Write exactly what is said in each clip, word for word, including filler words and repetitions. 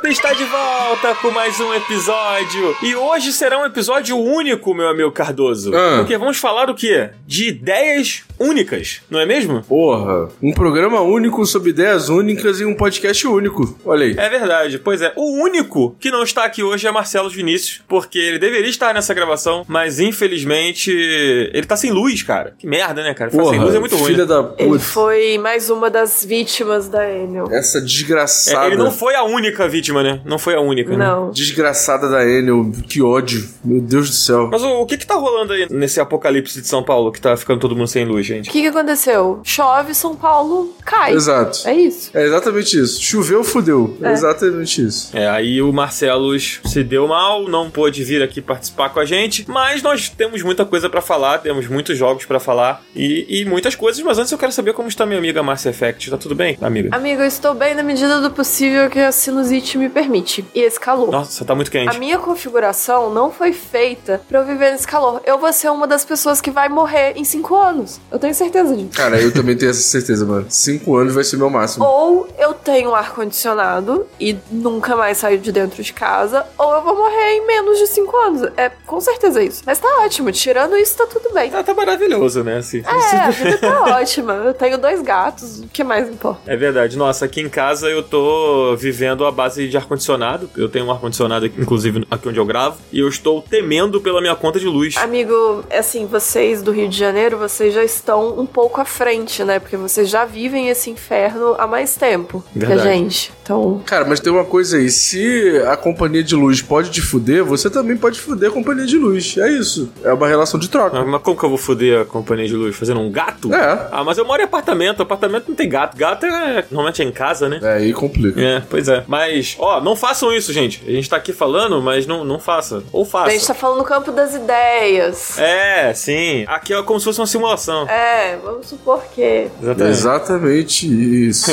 Está de volta com mais um episódio. E hoje será um episódio único, meu amigo Cardoso. Ah. Porque vamos falar do quê? De ideias únicas, não é mesmo? Porra, um programa único sobre ideias únicas e um podcast único. Olha aí. É verdade, pois é. O único que não está aqui hoje é Marcelo Vinícius, porque ele deveria estar nessa gravação, mas infelizmente ele tá sem luz, cara. Que merda, né, cara? Ficar Porra, sem luz é muito ruim. filha da Ele puta. foi mais uma das vítimas da Enel. Essa desgraçada. É, ele não foi a única vítima, né? Não foi a única, né? Não. Desgraçada da Enel. Que ódio. Meu Deus do céu. Mas o, o que que tá rolando aí nesse apocalipse de São Paulo que tá ficando todo mundo sem luz, gente? O que, que aconteceu? Chove, São Paulo cai. Exato. É isso. É exatamente isso. Choveu, fudeu. É, É. exatamente isso. É, aí o Marcelo se deu mal, não pôde vir aqui participar com a gente, mas nós temos muita coisa pra falar, temos muitos jogos pra falar e, e muitas coisas, mas antes eu quero saber como está minha amiga Mass Effect. Tá tudo bem, amiga? Amigo, eu estou bem na medida do possível que a sinusite me permite. E esse calor. Nossa, tá muito quente. A minha configuração não foi feita pra eu viver nesse calor. Eu vou ser uma das pessoas que vai morrer em cinco anos. Eu tenho certeza disso. Cara, eu também tenho essa certeza, mano. Cinco anos vai ser meu máximo. Ou eu tenho ar-condicionado e nunca mais saio de dentro de casa, ou eu vou morrer em menos de cinco anos. É com certeza isso. Mas tá ótimo. Tirando isso, tá tudo bem. Tá, tá maravilhoso, né? Assim. É, a vida tá ótima. Eu tenho dois gatos. O que mais importa? É verdade. Nossa, aqui em casa eu tô vivendo à base de ar-condicionado. Eu tenho um ar-condicionado, aqui, inclusive, aqui onde eu gravo. E eu estou temendo pela minha conta de luz. Amigo, assim, vocês do Rio de Janeiro, vocês já estão um pouco à frente, né? Porque vocês já vivem esse inferno há mais tempo Verdade. que a gente. Então... Cara, mas tem uma coisa aí. Se a companhia de luz pode te fuder, você também pode fuder a companhia de luz. É isso. É uma relação de troca. Ah, mas como que eu vou foder a companhia de luz? Fazendo um gato? É. Ah, mas eu moro em apartamento. Apartamento não tem gato. Gato é... normalmente é em casa, né? É, aí complica. É, pois é. Mas, ó, não façam isso, gente. A gente tá aqui falando, mas não, não faça. Ou faça. A gente tá falando no campo das ideias. É, sim. Aqui é como se fosse uma simulação. É, vamos supor que... Exatamente. Exatamente isso.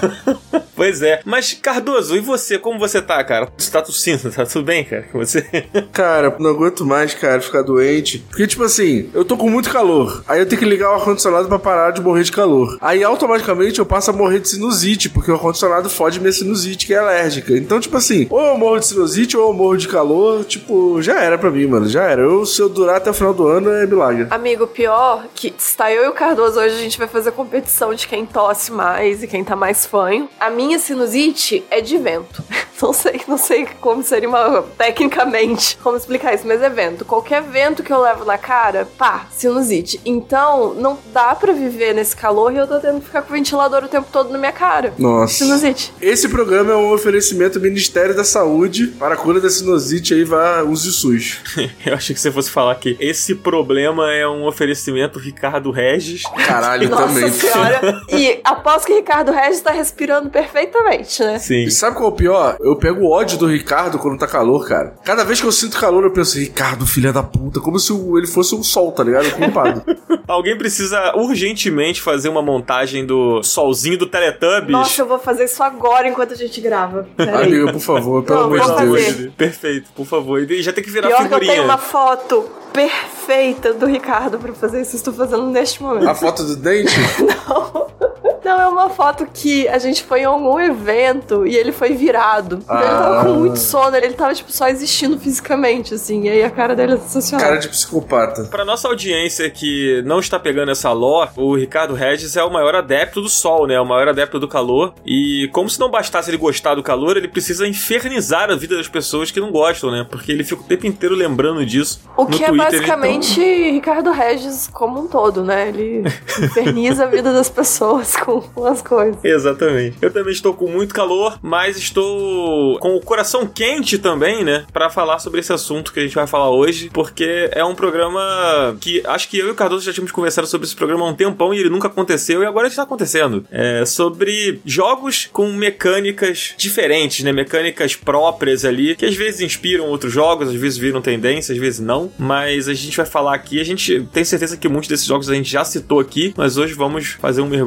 Pois é. Mas, Cardoso, e você? Como você tá, cara? Você tá tossindo? Tá tudo bem, cara? Com você? Cara, não aguento mais, cara, ficar doente. Porque, tipo assim, eu tô com muito calor. Aí eu tenho que ligar o ar-condicionado pra parar de morrer de calor. Aí, automaticamente, eu passo a morrer de sinusite, porque o ar-condicionado fode minha sinusite, que é alérgica. Então, tipo assim, ou eu morro de sinusite, ou eu morro de calor. Tipo, já era pra mim, mano. Já era. Eu, se eu durar até o final do ano, é milagre. Amigo, pior que está eu e o Cardoso hoje, a gente vai fazer competição de quem tosse mais e quem tá mais fanho. A minha sinusite é de vento. Não sei, não sei como seria uma... tecnicamente, como explicar isso, mas é vento. Qualquer vento que eu levo na cara, pá, sinusite. Então, não dá pra viver nesse calor e eu tô tendo que ficar com o ventilador o tempo todo na minha cara. Nossa. Sinusite. Esse programa é um oferecimento do Ministério da Saúde para a cura da sinusite, aí vai use o SUS. Eu achei que você fosse falar que esse problema é um oferecimento Ricardo Regis. Caralho, Nossa também. senhora. E aposto que Ricardo Regis tá respirando perfeitamente, né? Sim. E sabe qual é o pior? Eu pego o ódio do Ricardo quando tá calor, cara. Cada vez que eu sinto calor, eu penso, Ricardo, filha da puta, como se ele fosse um sol, tá ligado? Culpado. Alguém precisa urgentemente fazer uma montagem do solzinho do Teletubbies. Nossa, eu vou fazer isso agora enquanto a gente grava. Peraí. Amiga, por favor, pelo Não, amor vou de Deus. fazer. Perfeito, por favor. E já tem que virar Pior que eu figurinha. tenho uma foto perfeita do Ricardo pra fazer isso. Estou fazendo neste momento. A foto do dente? Não. Não, é uma foto que a gente foi em algum evento e ele foi virado. Então, Ah. ele tava com muito sono, ele tava, tipo, só existindo fisicamente, assim. E aí a cara dele é sensacional. Cara de psicopata. Pra nossa audiência que não está pegando essa lore, o Ricardo Regis é o maior adepto do sol, né? O maior adepto do calor. E como se não bastasse ele gostar do calor, ele precisa infernizar a vida das pessoas que não gostam, né? Porque ele fica o tempo inteiro lembrando disso. O no que Twitter, é basicamente então... Ricardo Regis como um todo, né? Ele inferniza a vida das pessoas com as coisas. Exatamente. Eu também estou com muito calor, mas estou com o coração quente também, né? Pra falar sobre esse assunto que a gente vai falar hoje, porque é um programa que acho que eu e o Cardoso já tínhamos conversado sobre esse programa há um tempão e ele nunca aconteceu e agora está acontecendo. É sobre jogos com mecânicas diferentes, né? Mecânicas próprias ali, que às vezes inspiram outros jogos, às vezes viram tendência, às vezes não, mas a gente vai falar aqui, a gente tem certeza que muitos desses jogos a gente já citou aqui, mas hoje vamos fazer um mergulho nisso, né?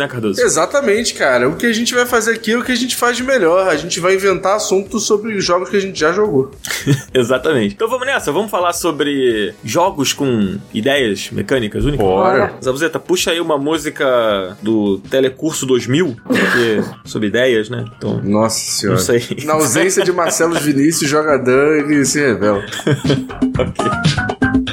né, Cardoso? Exatamente, cara. O que a gente vai fazer aqui é o que a gente faz de melhor. A gente vai inventar assuntos sobre jogos que a gente já jogou. Exatamente. Então vamos nessa, vamos falar sobre jogos com ideias mecânicas únicas? Bora. Zabuzeta, puxa aí uma música do Telecurso dois mil, porque sobre ideias, né? Então, nossa senhora. não sei. Na ausência de Marcelo Vinícius, jogador, ele se revela. Ok.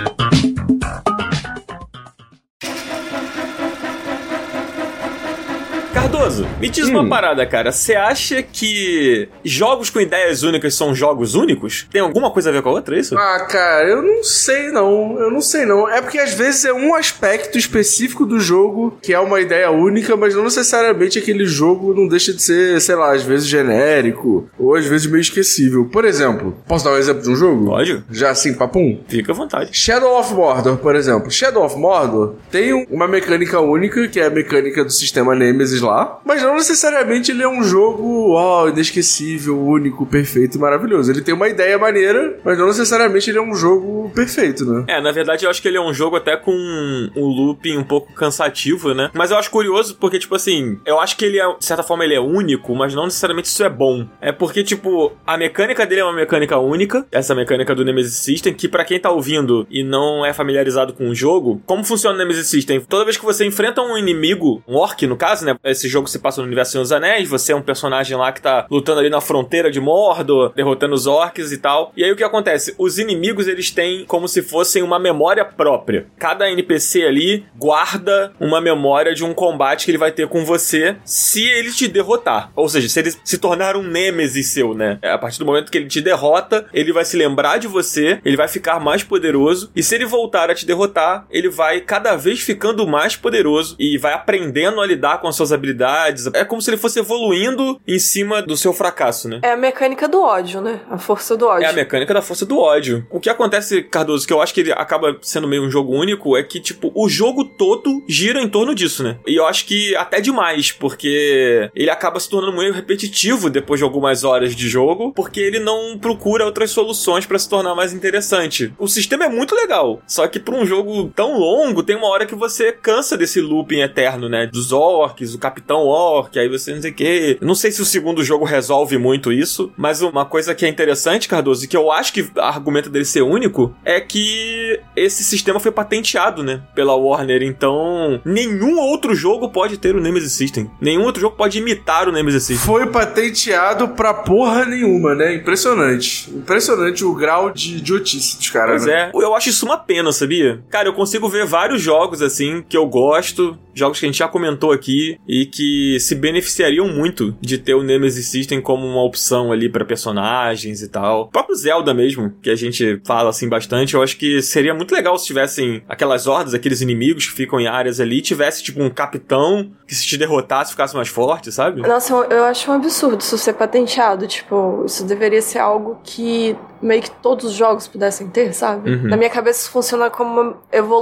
Cardoso, me diz hum. uma parada, cara. Você acha que jogos com ideias únicas são jogos únicos? Tem alguma coisa a ver com a outra, é isso? Ah, cara, eu não sei não. Eu não sei não. É porque às vezes é um aspecto específico do jogo que é uma ideia única, mas não necessariamente aquele jogo não deixa de ser, sei lá, às vezes genérico ou às vezes meio esquecível. Por exemplo, posso dar um exemplo de um jogo? Pode. Já assim, papum? Fica à vontade. Shadow of Mordor, por exemplo. Shadow of Mordor tem uma mecânica única, que é a mecânica do sistema Nemesis lá, mas não necessariamente ele é um jogo, ó, oh, inesquecível, único, perfeito e maravilhoso. Ele tem uma ideia maneira, mas não necessariamente ele é um jogo perfeito, né? É, na verdade eu acho que ele é um jogo até com um looping um pouco cansativo, né? Mas eu acho curioso porque, tipo assim, eu acho que ele é, de certa forma, ele é único, mas não necessariamente isso é bom. É porque, tipo, a mecânica dele é uma mecânica única, essa mecânica do Nemesis System, que pra quem tá ouvindo e não é familiarizado com o jogo, como funciona o Nemesis System? Toda vez que você enfrenta um inimigo, um orc no caso, né? Esse jogo se passa no universo Senhor dos Anéis, você é um personagem lá que tá lutando ali na fronteira de Mordor, derrotando os orcs e tal. E aí o que acontece? Os inimigos, eles têm como se fossem uma memória própria. Cada N P C ali guarda uma memória de um combate que ele vai ter com você se ele te derrotar. Ou seja, se ele se tornar um Nemesis seu, né? A partir do momento que ele te derrota, ele vai se lembrar de você, ele vai ficar mais poderoso, e se ele voltar a te derrotar, ele vai cada vez ficando mais poderoso e vai aprendendo a lidar com as suas habilidades. É como se ele fosse evoluindo em cima do seu fracasso, né? É a mecânica do ódio, né? A força do ódio. É a mecânica da força do ódio. O que acontece, Cardoso, que eu acho que ele acaba sendo meio um jogo único, é que, tipo, o jogo todo gira em torno disso, né? E eu acho que até demais, porque ele acaba se tornando meio repetitivo depois de algumas horas de jogo, porque ele não procura outras soluções pra se tornar mais interessante. O sistema é muito legal, só que pra um jogo tão longo, tem uma hora que você cansa desse looping eterno, né? Dos orcs, o Capitão Orc, aí você não sei o que. Não sei se o segundo jogo resolve muito isso, mas uma coisa que é interessante, Cardoso, e que eu acho que o argumento dele ser único, é que esse sistema foi patenteado, né? Pela Warner, então nenhum outro jogo pode ter o Nemesis System. Nenhum outro jogo pode imitar o Nemesis System. Foi patenteado pra porra nenhuma, né? Impressionante. Impressionante o grau de idiotice dos caras, Pois né? é. Eu acho isso uma pena, sabia? Cara, eu consigo ver vários jogos, assim, que eu gosto, jogos que a gente já comentou aqui, e que se beneficiariam muito de ter o Nemesis System como uma opção ali pra personagens e tal. O próprio Zelda mesmo, que a gente fala, assim, bastante, eu acho que seria muito legal se tivessem aquelas hordas, aqueles inimigos que ficam em áreas ali, tivesse, tipo, um capitão que se te derrotasse ficasse mais forte, sabe? Nossa, eu, eu acho um absurdo isso ser patenteado. Tipo, isso deveria ser algo que meio que todos os jogos pudessem ter, sabe? Uhum. Na minha cabeça isso funciona como uma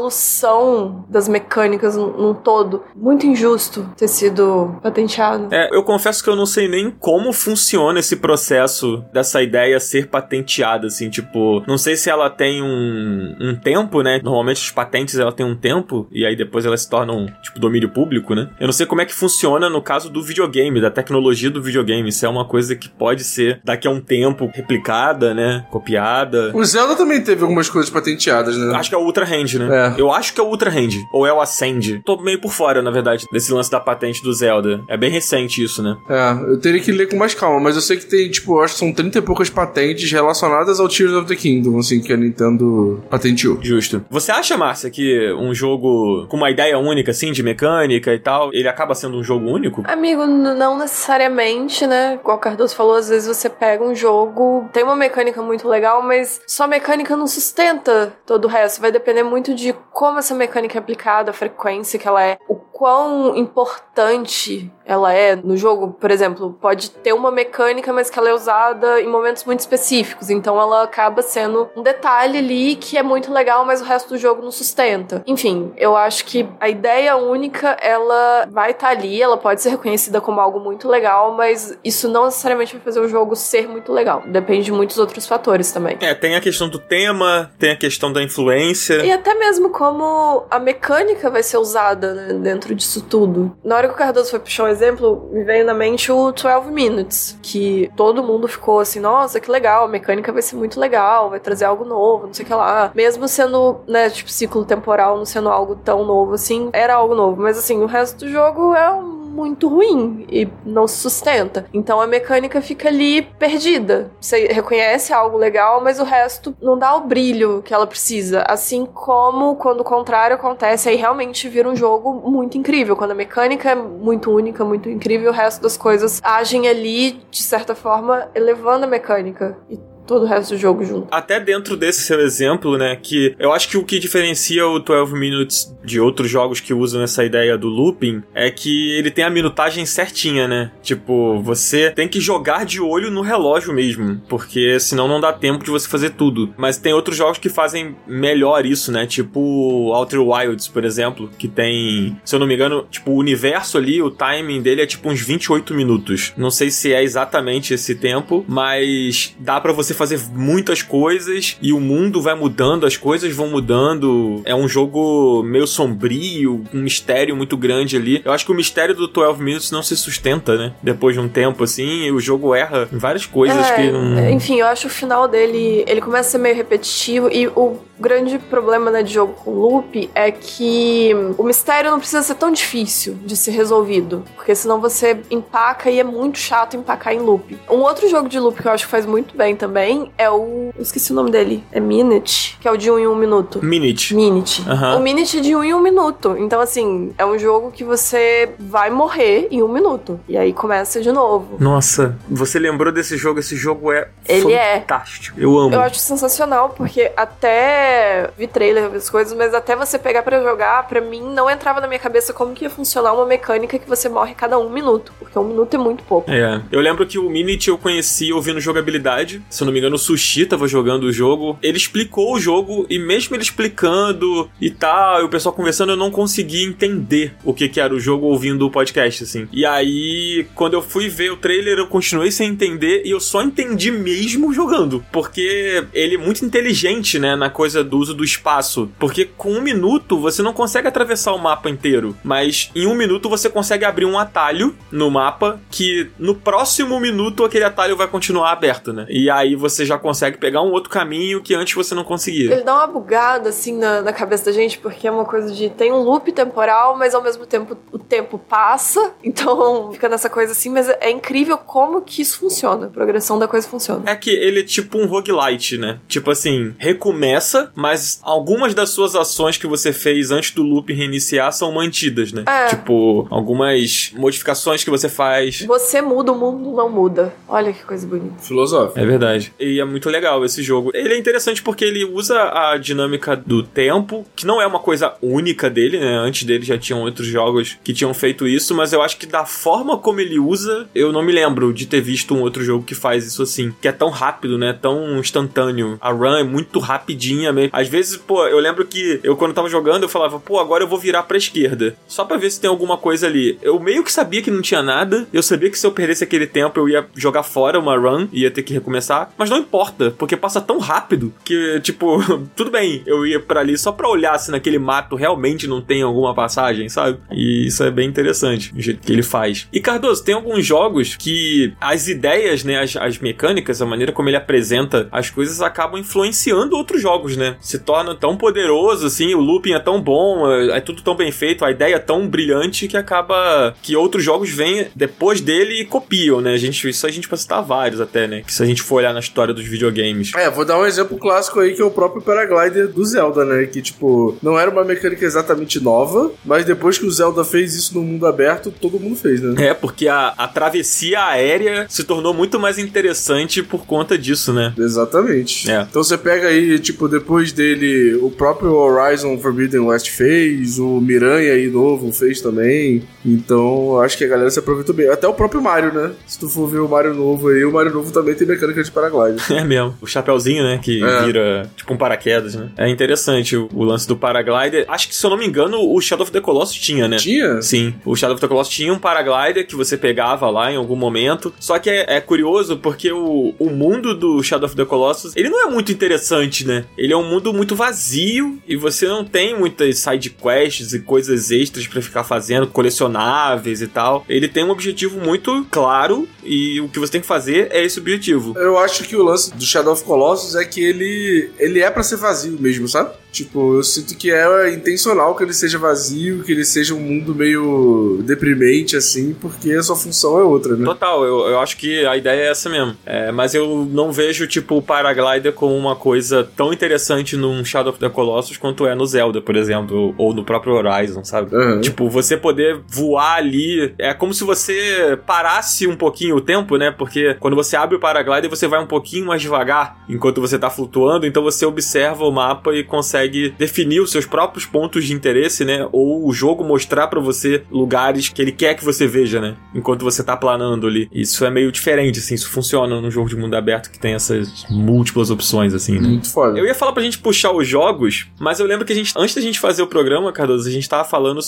evolução das mecânicas num, num todo. Muito injusto ter sido patenteado. É, eu confesso que eu não sei nem como funciona esse processo dessa ideia ser patenteada, assim, tipo, não sei se ela tem um, um tempo, né? Normalmente os patentes, ela tem um tempo, e aí depois elas se tornam, tipo, domínio público, né? Eu não sei como é que funciona no caso do videogame, da tecnologia do videogame, se é uma coisa que pode ser daqui a um tempo replicada, né? Copiada. O Zelda também teve algumas coisas patenteadas, né? Acho que é o Ultra Hand, né? É. Eu acho que é o Ultra Hand, ou é o Ascend. Tô meio por fora, na verdade, desse lance da patente do Zelda. É bem recente isso, né? É, eu teria que ler com mais calma, mas eu sei que tem, tipo, eu acho que são trinta e poucas patentes relacionadas ao Tears of the Kingdom, assim, que a Nintendo patenteou. Justo. Você acha, Márcia, que um jogo com uma ideia única, assim, de mecânica e tal, ele acaba sendo um jogo único? Amigo, n- não necessariamente, né? Igual o Cardoso falou, às vezes você pega um jogo, tem uma mecânica muito legal, mas só a mecânica não sustenta todo o resto. Vai depender muito de como essa mecânica é aplicada, a frequência que ela é, o quão importante ela é no jogo. Por exemplo, pode ter uma mecânica, mas que ela é usada em momentos muito específicos, então ela acaba sendo um detalhe ali que é muito legal, mas o resto do jogo não sustenta. Enfim, eu acho que a ideia única, ela vai estar ali, ela pode ser reconhecida como algo muito legal, mas isso não necessariamente vai fazer o jogo ser muito legal. Depende de muitos outros fatores também. É, tem a questão do tema, tem a questão da influência. E até mesmo como a mecânica vai ser usada, né, dentro dentro disso tudo. Na hora que o Cardoso foi puxar um exemplo, me veio na mente o doze Minutes, que todo mundo ficou assim, nossa, que legal, a mecânica vai ser muito legal, vai trazer algo novo, não sei o que lá. Mesmo sendo, né, tipo, ciclo temporal, não sendo algo tão novo assim, era algo novo. Mas assim, o resto do jogo é um muito ruim e não se sustenta. Então a mecânica fica ali perdida. Você reconhece algo legal, mas o resto não dá o brilho que ela precisa. Assim como quando o contrário acontece, aí realmente vira um jogo muito incrível. Quando a mecânica é muito única, muito incrível, o resto das coisas agem ali, de certa forma, elevando a mecânica. E todo o resto do jogo junto. Até dentro desse seu exemplo, né, que eu acho que o que diferencia o doze Minutes de outros jogos que usam essa ideia do looping é que ele tem a minutagem certinha, né? Tipo, você tem que jogar de olho no relógio mesmo, porque senão não dá tempo de você fazer tudo. Mas tem outros jogos que fazem melhor isso, né? Tipo Outer Wilds, por exemplo, que tem, se eu não me engano, tipo, o universo ali, o timing dele é tipo uns vinte e oito minutos. Não sei se é exatamente esse tempo, mas dá pra você fazer muitas coisas e o mundo vai mudando, as coisas vão mudando. É um jogo meio sombrio, um mistério muito grande ali. Eu acho que o mistério do doze Minutes não se sustenta, né? Depois de um tempo, assim, e o jogo erra em várias coisas é, que não... Enfim, eu acho o final dele, ele começa a ser meio repetitivo e o grande problema, né, de jogo com loop é que o mistério não precisa ser tão difícil de ser resolvido, porque senão você empaca e é muito chato empacar em loop. Um outro jogo de loop que eu acho que faz muito bem também é o... Eu esqueci o nome dele. É Minute, que é o de um em um minuto. Minute. Minute. Uhum. O Minute é de um em um minuto. Então, assim, é um jogo que você vai morrer em um minuto. E aí começa de novo. Nossa, você lembrou desse jogo? Esse jogo é Ele fantástico. É. Eu amo. Eu acho sensacional, porque até vi trailer, vi as coisas, mas até você pegar pra jogar, pra mim, não entrava na minha cabeça como que ia funcionar uma mecânica que você morre cada um minuto. Porque um minuto é muito pouco. É. Eu lembro que o Minute eu conheci ouvindo jogabilidade. Se eu não me engano, o Sushi tava jogando o jogo. Ele explicou o jogo e mesmo ele explicando e tal, e o pessoal conversando, eu não conseguia entender o que que era o jogo ouvindo o podcast, assim. E aí, quando eu fui ver o trailer, eu continuei sem entender e eu só entendi mesmo jogando. Porque ele é muito inteligente, né, na coisa do uso do espaço. Porque com um minuto você não consegue atravessar o mapa inteiro, mas em um minuto você consegue abrir um atalho no mapa que no próximo minuto aquele atalho vai continuar aberto, né? E aí você já consegue pegar um outro caminho que antes você não conseguia. Ele dá uma bugada, assim, na, na cabeça da gente, porque é uma coisa de... Tem um loop temporal, mas ao mesmo tempo o tempo passa, então fica nessa coisa assim, mas é incrível como que isso funciona, a progressão da coisa funciona. É que ele é tipo um roguelite, né? Tipo assim, recomeça, mas algumas das suas ações que você fez antes do loop reiniciar são mantidas, né? É. Tipo, algumas modificações que você faz. Você muda, o mundo não muda. Olha que coisa bonita. Filosófico. É verdade. E é muito legal esse jogo. Ele é interessante porque ele usa a dinâmica do tempo, que não é uma coisa única dele, né? Antes dele já tinham outros jogos que tinham feito isso, mas eu acho que da forma como ele usa, eu não me lembro de ter visto um outro jogo que faz isso assim, que é tão rápido, né? Tão instantâneo. A run é muito rapidinha mesmo. Às vezes, pô, eu lembro que eu quando tava jogando, eu falava, pô, agora eu vou virar pra esquerda, só pra ver se tem alguma coisa ali. Eu meio que sabia que não tinha nada, eu sabia que se eu perdesse aquele tempo, eu ia jogar fora uma run, ia ter que recomeçar, mas não importa, porque passa tão rápido que, tipo, tudo bem, eu ia pra ali só pra olhar se naquele mato realmente não tem alguma passagem, sabe? E isso é bem interessante, o jeito que ele faz. E, Cardoso, tem alguns jogos que as ideias, né, as, as mecânicas, a maneira como ele apresenta as coisas acabam influenciando outros jogos, né? Se torna tão poderoso, assim, o looping é tão bom, é, é tudo tão bem feito, a ideia é tão brilhante que acaba que outros jogos vêm depois dele e copiam, né? A gente, isso a gente pode citar vários até, né? Que se a gente for olhar na história dos videogames. É, vou dar um exemplo clássico aí, que é o próprio Paraglider do Zelda, né? Que, tipo, não era uma mecânica exatamente nova, mas depois que o Zelda fez isso no mundo aberto, todo mundo fez, né? É, porque a, a travessia aérea se tornou muito mais interessante por conta disso, né? Exatamente. É. Então você pega aí, tipo, depois dele, o próprio Horizon Forbidden West fez, o Miranha aí novo fez também. Então, eu acho que a galera se aproveitou bem. Até o próprio Mario, né? Se tu for ver o Mario novo aí, o Mario novo também tem mecânica de paraglider. paraglider. É mesmo. O chapeuzinho, né? Que é. vira tipo um paraquedas, né? É interessante o, o lance do paraglider. Acho que, se eu não me engano, o Shadow of the Colossus tinha, né? Tinha? Sim. O Shadow of the Colossus tinha um paraglider que você pegava lá em algum momento. Só que é, é curioso porque o, o mundo do Shadow of the Colossus, ele não é muito interessante, né? Ele é um mundo muito vazio e você não tem muitas side quests e coisas extras pra ficar fazendo, colecionáveis e tal. Ele tem um objetivo muito claro e o que você tem que fazer é esse objetivo. Eu acho que o lance do Shadow of Colossus é que ele, ele é pra ser vazio mesmo, sabe? Tipo, eu sinto que é intencional que ele seja vazio, que ele seja um mundo meio deprimente, assim, porque a sua função é outra, né? Total, eu, eu acho que a ideia é essa mesmo. É, mas eu não vejo, tipo, o paraglider como uma coisa tão interessante num Shadow of the Colossus quanto é no Zelda, por exemplo, ou no próprio Horizon, sabe? Uhum. Tipo, você poder voar ali, é como se você parasse um pouquinho o tempo, né? Porque quando você abre o paraglider, você vai um pouquinho mais devagar enquanto você tá flutuando, então você observa o mapa e consegue definir os seus próprios pontos de interesse, né? Ou o jogo mostrar pra você lugares que ele quer que você veja, né? Enquanto você tá planando ali. Isso é meio diferente, assim. Isso funciona num jogo de mundo aberto que tem essas múltiplas opções, assim, né? Muito foda. Eu ia falar pra gente puxar os jogos, mas eu lembro que a gente, antes da gente fazer o programa, Cardoso, a gente tava falando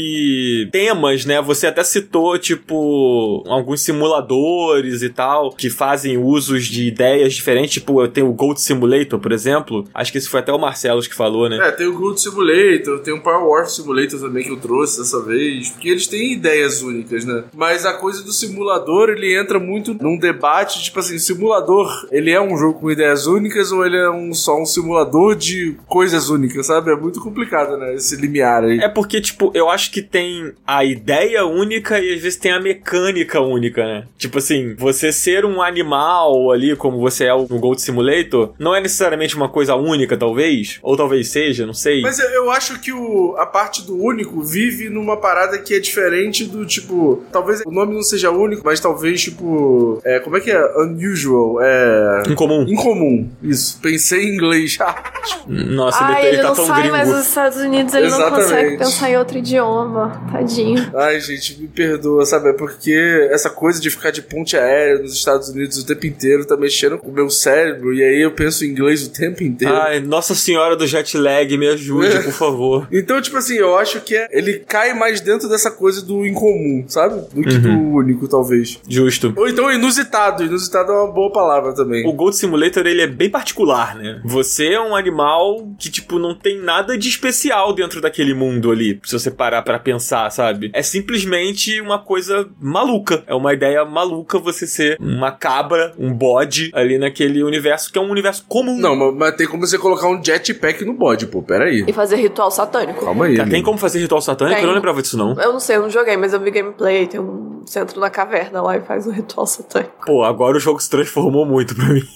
sobre temas, né? Você até citou, tipo, alguns simuladores e tal, que fazem usos de ideias diferentes. Tipo, tem o Goat Simulator, por exemplo. Acho que esse foi até o Marcelo que falou, né? É, tem o Goat Simulator, tem o Power Warp Simulator também que eu trouxe dessa vez, porque eles têm ideias únicas, né? Mas a coisa do simulador, ele entra muito num debate, tipo assim, simulador, ele é um jogo com ideias únicas ou ele é um, só um simulador de coisas únicas, sabe? É muito complicado, né? Esse limiar aí. É porque, tipo, eu acho que tem a ideia única e às vezes tem a mecânica única, né? Tipo assim, você ser um animal ali, como você é no Goat Simulator, não é necessariamente uma coisa única, talvez, ou talvez seja, não sei. Mas eu, eu acho que o, a parte do único vive numa parada que é diferente do, tipo, talvez o nome não seja único, mas talvez, tipo, é, como é que é? Unusual, é... Incomum. Incomum, isso. Pensei em inglês. Nossa, Ai, ele, ele tá não tão sai gringo. mais dos Estados Unidos, ele Exatamente. não consegue pensar em outro idioma. Tadinho. Ai, gente, me perdoa, sabe? É porque essa coisa de ficar de ponte aérea nos Estados Unidos o tempo inteiro tá mexendo com o meu cérebro, e aí eu penso em inglês o tempo inteiro. Ai, Nossa Senhora do jet lag, me ajude, por favor. Então, tipo assim, eu acho que é, ele cai mais dentro dessa coisa do incomum, sabe? Do que Uhum. do único, talvez. Justo. Ou então inusitado. Inusitado é uma boa palavra também. O Goat Simulator, ele é bem particular, né? Você é um animal que, tipo, não tem nada de especial dentro daquele mundo ali, se você parar pra pensar, sabe? É simplesmente uma coisa maluca. É uma ideia maluca você ser uma cabra, um bode ali naquele universo que é um universo comum. Não, mas, mas tem como você colocar um jetpack no bode, pô. Pera aí. E fazer ritual satânico. Calma aí. Já tem como fazer ritual satânico? Tem. Eu não lembrava disso, não. Eu não sei, eu não joguei, mas eu vi gameplay. Tem um centro na caverna lá e faz um ritual satânico. Pô, agora o jogo se transformou muito pra mim.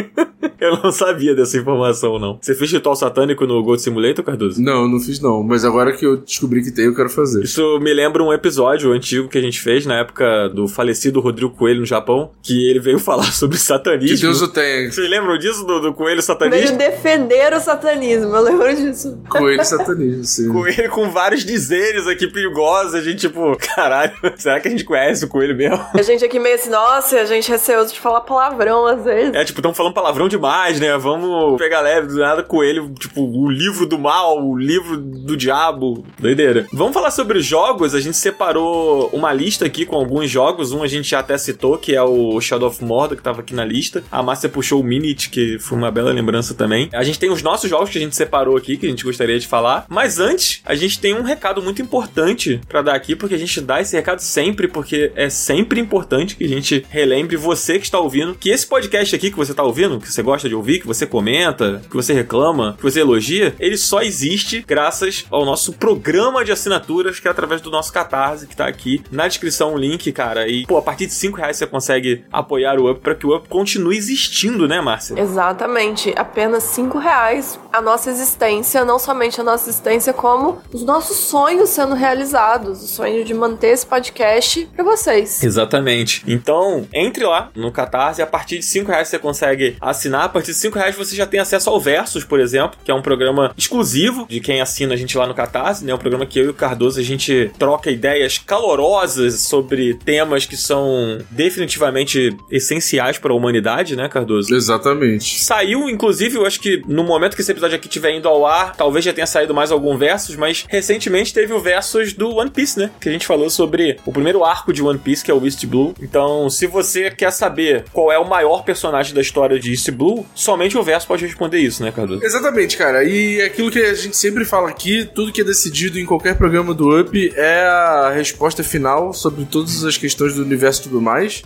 Eu não sabia dessa informação, não. Você fez ritual satânico no Goat Simulator, Cardoso? Não, não fiz não. Mas agora que eu descobri que tem, eu quero fazer. Isso me lembra um episódio antigo que a gente fez na época do falecido Rodrigo Coelho no Japão, que ele veio falar sobre satanismo. Que Deus o tenha. Vocês lembram disso, do, do Coelho satanista? Veio defender o satanismo, eu lembro disso. Coelho satanismo, sim. Coelho com vários dizeres aqui perigosos. A gente, tipo, caralho, será que a gente conhece o Coelho mesmo? A gente aqui meio assim, nossa, a gente é receoso de falar palavrão às vezes. É, tipo, estão falando palavrão demais, né? Vamos pegar leve, do nada Coelho, tipo, o livro do mal, o livro do diabo. Doideira. Vamos falar sobre jogos. A gente separou uma lista aqui com alguns jogos. Um a gente já até citou, que é o Shadow of Mordor, que tava aqui na lista. A Márcia puxou o Minit, que foi uma bela lembrança também. A gente tem os nossos jogos que a gente separou aqui, que a gente gostaria de falar. Mas antes, a gente tem um recado muito importante pra dar aqui, porque a gente dá esse recado sempre, porque é sempre importante que a gente relembre você que está ouvindo, que esse podcast aqui que você tá ouvindo, que você gosta de ouvir, que você comenta, que você reclama, que você elogia, ele só existe graças ao nosso programa de assinaturas, que é através do nosso Catarse, que tá aqui na descrição o link, cara. E, pô, a partir de cinco reais você consegue apoiar o Up pra que o Up continue existindo, né, Márcia? Exatamente. Apenas cinco reais a nossa existência, não somente a nossa existência, como os nossos sonhos sendo realizados. O sonho de manter esse podcast pra vocês. Exatamente. Então, entre lá no Catarse, a partir de cinco reais você consegue assinar A partir de cinco reais você já tem acesso ao Versus, por exemplo, que é um programa exclusivo de quem assina a gente lá no Catarse, né? Um programa que eu e o Cardoso a gente troca ideias calorosas sobre temas que são definitivamente essenciais para a humanidade, né, Cardoso? Exatamente. Saiu, inclusive, eu acho que no momento que esse episódio aqui estiver indo ao ar, talvez já tenha saído mais algum Versus, mas recentemente teve o Versus do One Piece, né? Que a gente falou sobre o primeiro arco de One Piece, que é o East Blue. Então, se você quer saber qual é o maior personagem da história de East Blue, somente o Versus pode responder isso, né, Cardoso? Exatamente, cara. E aquilo que a gente sempre fala aqui, tudo que é decidido em qualquer programa do Up é a resposta final sobre todas as questões do universo e tudo mais.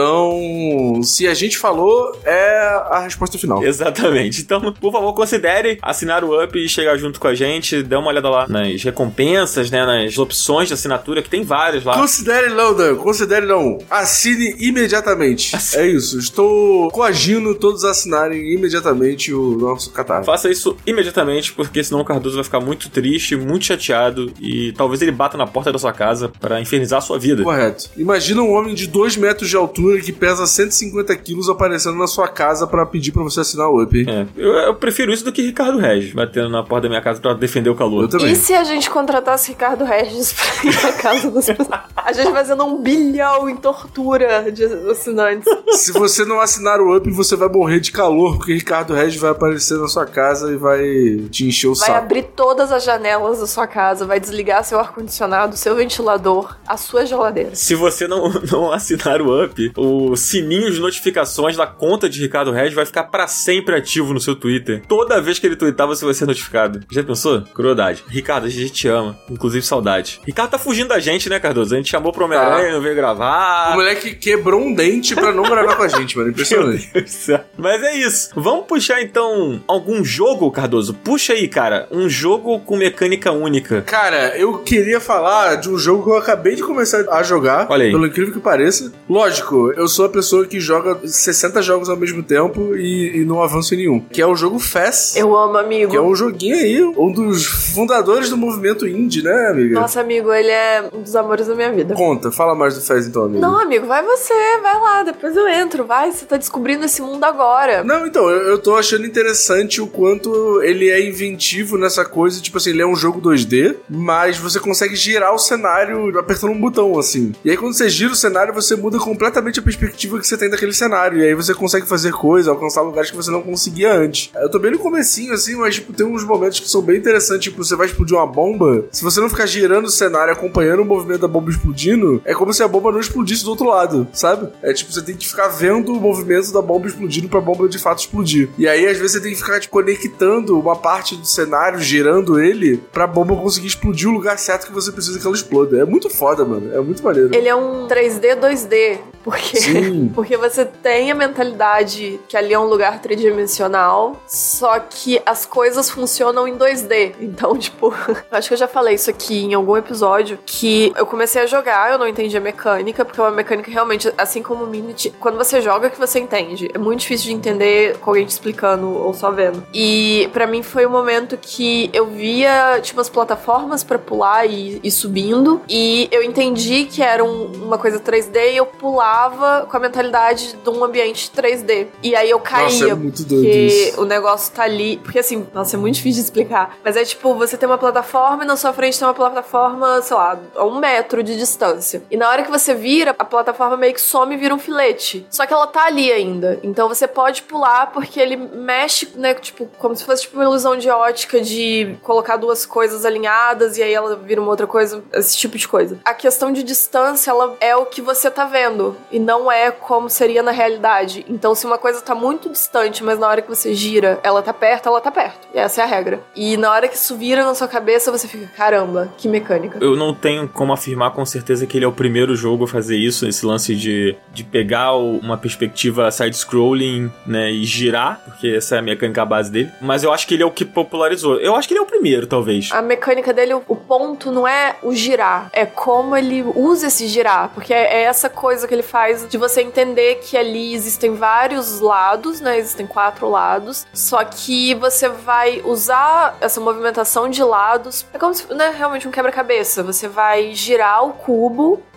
Então, se a gente falou, é a resposta final. Exatamente. Então, por favor, considere assinar o Up e chegar junto com a gente. Dê uma olhada lá nas recompensas, né, nas opções de assinatura, que tem várias lá. Considere não, Dan. Considere não. Assine imediatamente. Assine. É isso. Estou coagindo todos a assinarem imediatamente o nosso Catarse. Faça isso imediatamente, porque senão o Cardoso vai ficar muito triste, muito chateado e talvez ele bata na porta da sua casa pra infernizar a sua vida. Correto. Imagina um homem de dois metros de altura que pesa cento e cinquenta quilos aparecendo na sua casa pra pedir pra você assinar o Up. É, eu, eu prefiro isso do que Ricardo Regis batendo na porta da minha casa pra defender o calor. Eu também. E se a gente contratasse Ricardo Regis pra ir na casa das pessoas? A gente fazendo um bilhão em tortura de assinantes. Se você não assinar o Up, você vai morrer de calor, porque Ricardo Regis vai aparecer na sua casa e vai te encher o vai saco. Vai abrir todas as janelas da sua casa, vai desligar seu ar-condicionado, seu ventilador, a sua geladeira. Se você não, não assinar o Up, o sininho de notificações da conta de Ricardo Regis vai ficar pra sempre ativo no seu Twitter. Toda vez que ele tweetar, você vai ser notificado. Já pensou? Crueldade. Ricardo, a gente te ama. Inclusive, saudade. Ricardo tá fugindo da gente, né, Cardoso? A gente chamou pro Homem-Aranha, tá. Não veio gravar. O moleque quebrou um dente pra não gravar com a gente, mano. Impressionante. Meu Deus do céu. Mas é isso. Vamos puxar, então, algum jogo, Cardoso? Puxa aí, cara. Um jogo com mecânica única. Cara, eu queria falar de um jogo que eu acabei de começar a jogar. Olha aí. Pelo incrível que pareça. Lógico, eu sou a pessoa que joga sessenta jogos ao mesmo tempo e, e não avanço em nenhum. Que é o jogo F A S. Eu amo, amigo. Que é um joguinho aí, um dos fundadores do movimento indie, né, amiga? Nossa, amigo, ele é um dos amores da minha vida. Conta, fala mais do F A S então, amigo. Não, amigo, vai você, vai lá, depois eu entro, vai, você tá descobrindo esse mundo agora. Não, então, eu, eu tô achando interessante o quanto ele é inventivo nessa coisa, tipo assim, ele é um jogo dois D, mas você consegue girar o cenário apertando um botão, assim. E aí quando você gira o cenário, você muda completamente a perspectiva que você tem daquele cenário, e aí você consegue fazer coisas, alcançar lugares que você não conseguia antes. Eu tô bem no comecinho, assim, mas, tipo, tem uns momentos que são bem interessantes, tipo, você vai explodir uma bomba, se você não ficar girando o cenário, acompanhando o movimento da bomba explodindo, é como se a bomba não explodisse do outro lado, sabe? É tipo, você tem que ficar vendo o movimento da bomba explodindo pra bomba de fato explodir. E aí, às vezes, você tem que ficar, tipo, conectando uma parte do cenário, girando ele, pra bomba conseguir explodir o lugar certo que você precisa que ela exploda. É muito foda, mano. É muito maneiro. Ele é um três D, dois D. Porque, Sim. porque você tem a mentalidade que ali é um lugar tridimensional, só que as coisas funcionam em dois D. Então, tipo, eu acho que eu já falei isso aqui em algum episódio, que eu comecei a jogar, eu não entendi a mecânica, porque é uma mecânica realmente, assim como o Minit, quando você joga que você entende. É muito difícil de entender com alguém te explicando ou só vendo. E pra mim foi um momento que eu via, tipo, as plataformas pra pular e ir subindo, e eu entendi que era um, uma coisa três D e eu pulava com a mentalidade de um ambiente três D. E aí eu caía. Nossa, é muito doido porque isso. o negócio tá ali. Porque assim, nossa, é muito difícil de explicar. Mas é tipo, você tem uma plataforma e na sua frente tem uma plataforma, sei lá, a um metro de distância. E na hora que você vira, a plataforma meio que some e vira um filete. Só que ela tá ali ainda. Então você pode pular porque ele mexe, né? Tipo, como se fosse tipo uma ilusão de ótica de colocar duas coisas alinhadas e aí ela vira uma outra coisa. Esse tipo de coisa. A questão de distância, ela é o que você tá vendo. E não é como seria na realidade. Então, se uma coisa tá muito distante, mas na hora que você gira, ela tá perto, ela tá perto. E essa é a regra. E na hora que isso vira na sua cabeça, você fica, caramba, que mecânica. Eu não tenho como afirmar com certeza que ele é o primeiro jogo a fazer isso, esse lance de, de pegar uma perspectiva side-scrolling, né, e girar, porque essa é a mecânica base dele. Mas eu acho que ele é o que popularizou. Eu acho que ele é o primeiro, talvez. A mecânica dele, o ponto não é o girar, é como ele usa esse girar, porque é essa coisa que ele faz de você entender que ali existem vários lados, né? Existem quatro lados, só que você vai usar essa movimentação de lados, é como se, né, realmente um quebra-cabeça. Você vai girar o cubo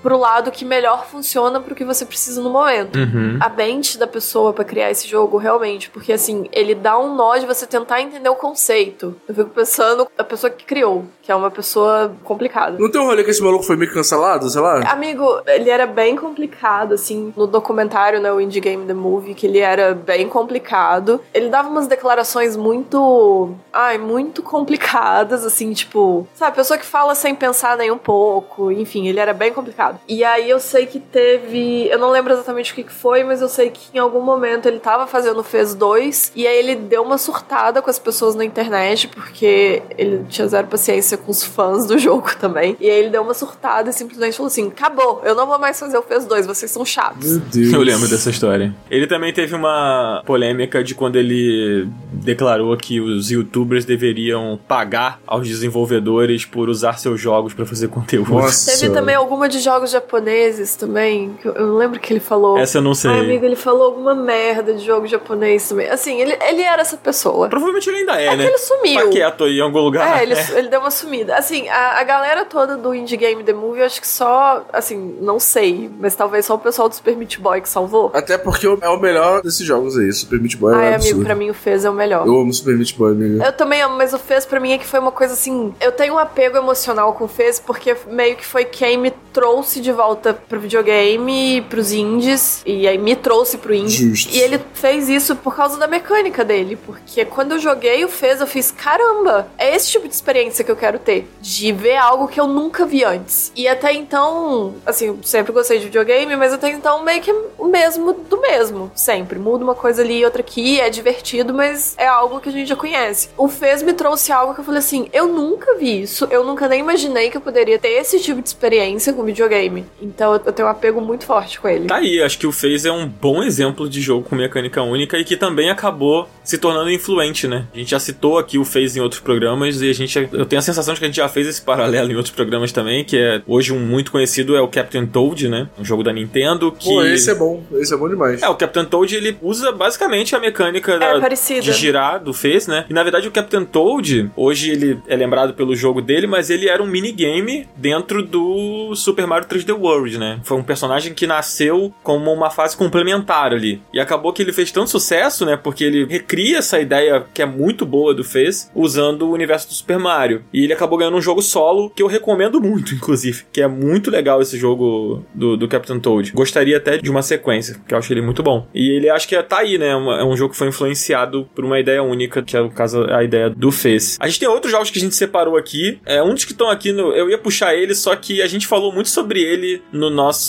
pro lado que melhor funciona pro que você precisa no momento. Uhum. A mente da pessoa pra criar esse jogo, realmente, porque assim, ele dá um nó de você tentar entender o conceito. Eu fico pensando a pessoa que criou, que é uma pessoa complicada. Não tem um rolê que esse maluco foi meio cancelado, sei lá? Amigo, ele era bem complicado, assim, no documentário, né, o Indie Game The Movie, que ele era bem complicado. Ele dava umas declarações muito... Ai, muito complicadas, assim, tipo... Sabe, pessoa que fala sem pensar nem um pouco, enfim, ele era bem complicado. E aí eu sei que teve... Eu não lembro exatamente o que foi, mas eu sei que em algum momento ele tava fazendo o Fez dois, e aí ele deu uma surtada com as pessoas na internet, porque ele tinha zero paciência com os fãs do jogo também. E aí ele deu uma surtada e simplesmente falou assim, acabou, eu não vou mais fazer o Fez dois, vocês são chatos. Meu Deus. Eu lembro dessa história. Ele também teve uma polêmica de quando ele declarou que os youtubers deveriam pagar aos desenvolvedores por usar seus jogos pra fazer conteúdo. Nossa. Teve também alguma de jogos japoneses também, que eu, eu lembro que ele falou. Essa eu não sei. Ai, amigo, ele falou alguma merda de jogo japonês também. Assim, ele, ele era essa pessoa. Provavelmente ele ainda é, É né? que ele sumiu. Tá quieto aí em algum lugar. É, ele, ele deu uma sumida. Assim, a, a galera toda do Indie Game The Movie, eu acho que só, assim, não sei, mas talvez só o pessoal do Super Meat Boy que salvou. Até porque é o melhor desses jogos aí. Super Meat Boy é Ai, absurdo. amigo, pra mim o Fez é o melhor. Eu amo Super Meat Boy, amigo. Eu também amo, mas o Fez pra mim é que foi uma coisa assim... Eu tenho um apego emocional com o Fez porque meio que foi quem me trouxe de volta pro videogame, pros indies, e aí me trouxe pro indie. Justo. E ele fez isso por causa da mecânica dele, porque quando eu joguei o Fez, eu fiz, caramba, é esse tipo de experiência que eu quero ter, de ver algo que eu nunca vi antes. E até então, assim, eu sempre gostei de videogame, mas até então meio que é o mesmo do mesmo, sempre. Muda uma coisa ali e outra aqui, é divertido, mas é algo que a gente já conhece. O Fez me trouxe algo que eu falei assim, eu nunca vi isso, eu nunca nem imaginei que eu poderia ter esse tipo de experiência com videogame. Então eu tenho um apego muito forte com ele. Tá aí, acho que o Fez é um bom exemplo de jogo com mecânica única e que também acabou se tornando influente, né? A gente já citou aqui o Fez em outros programas e a gente, eu tenho a sensação de que a gente já fez esse paralelo em outros programas também, que é hoje um muito conhecido é o Captain Toad, né? Um jogo da Nintendo que... Pô, esse é bom. Esse é bom demais. É, o Captain Toad, ele usa basicamente a mecânica da, É parecida. de girar do Fez, né? E na verdade o Captain Toad, hoje ele é lembrado pelo jogo dele, mas ele era um minigame dentro do Super Mario três D World, né? Foi um personagem que nasceu como uma fase complementar ali. E acabou que ele fez tanto sucesso, né? Porque ele recria essa ideia que é muito boa do Fez, usando o universo do Super Mario. E ele acabou ganhando um jogo solo, que eu recomendo muito, inclusive. Que é muito legal esse jogo do, do Captain Toad. Gostaria até de uma sequência, que eu acho ele muito bom. E ele acho que tá aí, né? Uma, é um jogo que foi influenciado por uma ideia única, que é, no caso, a ideia do Fez. A gente tem outros jogos que a gente separou aqui. É, um dos que estão aqui, no, eu ia puxar ele, só que a gente falou muito sobre ele no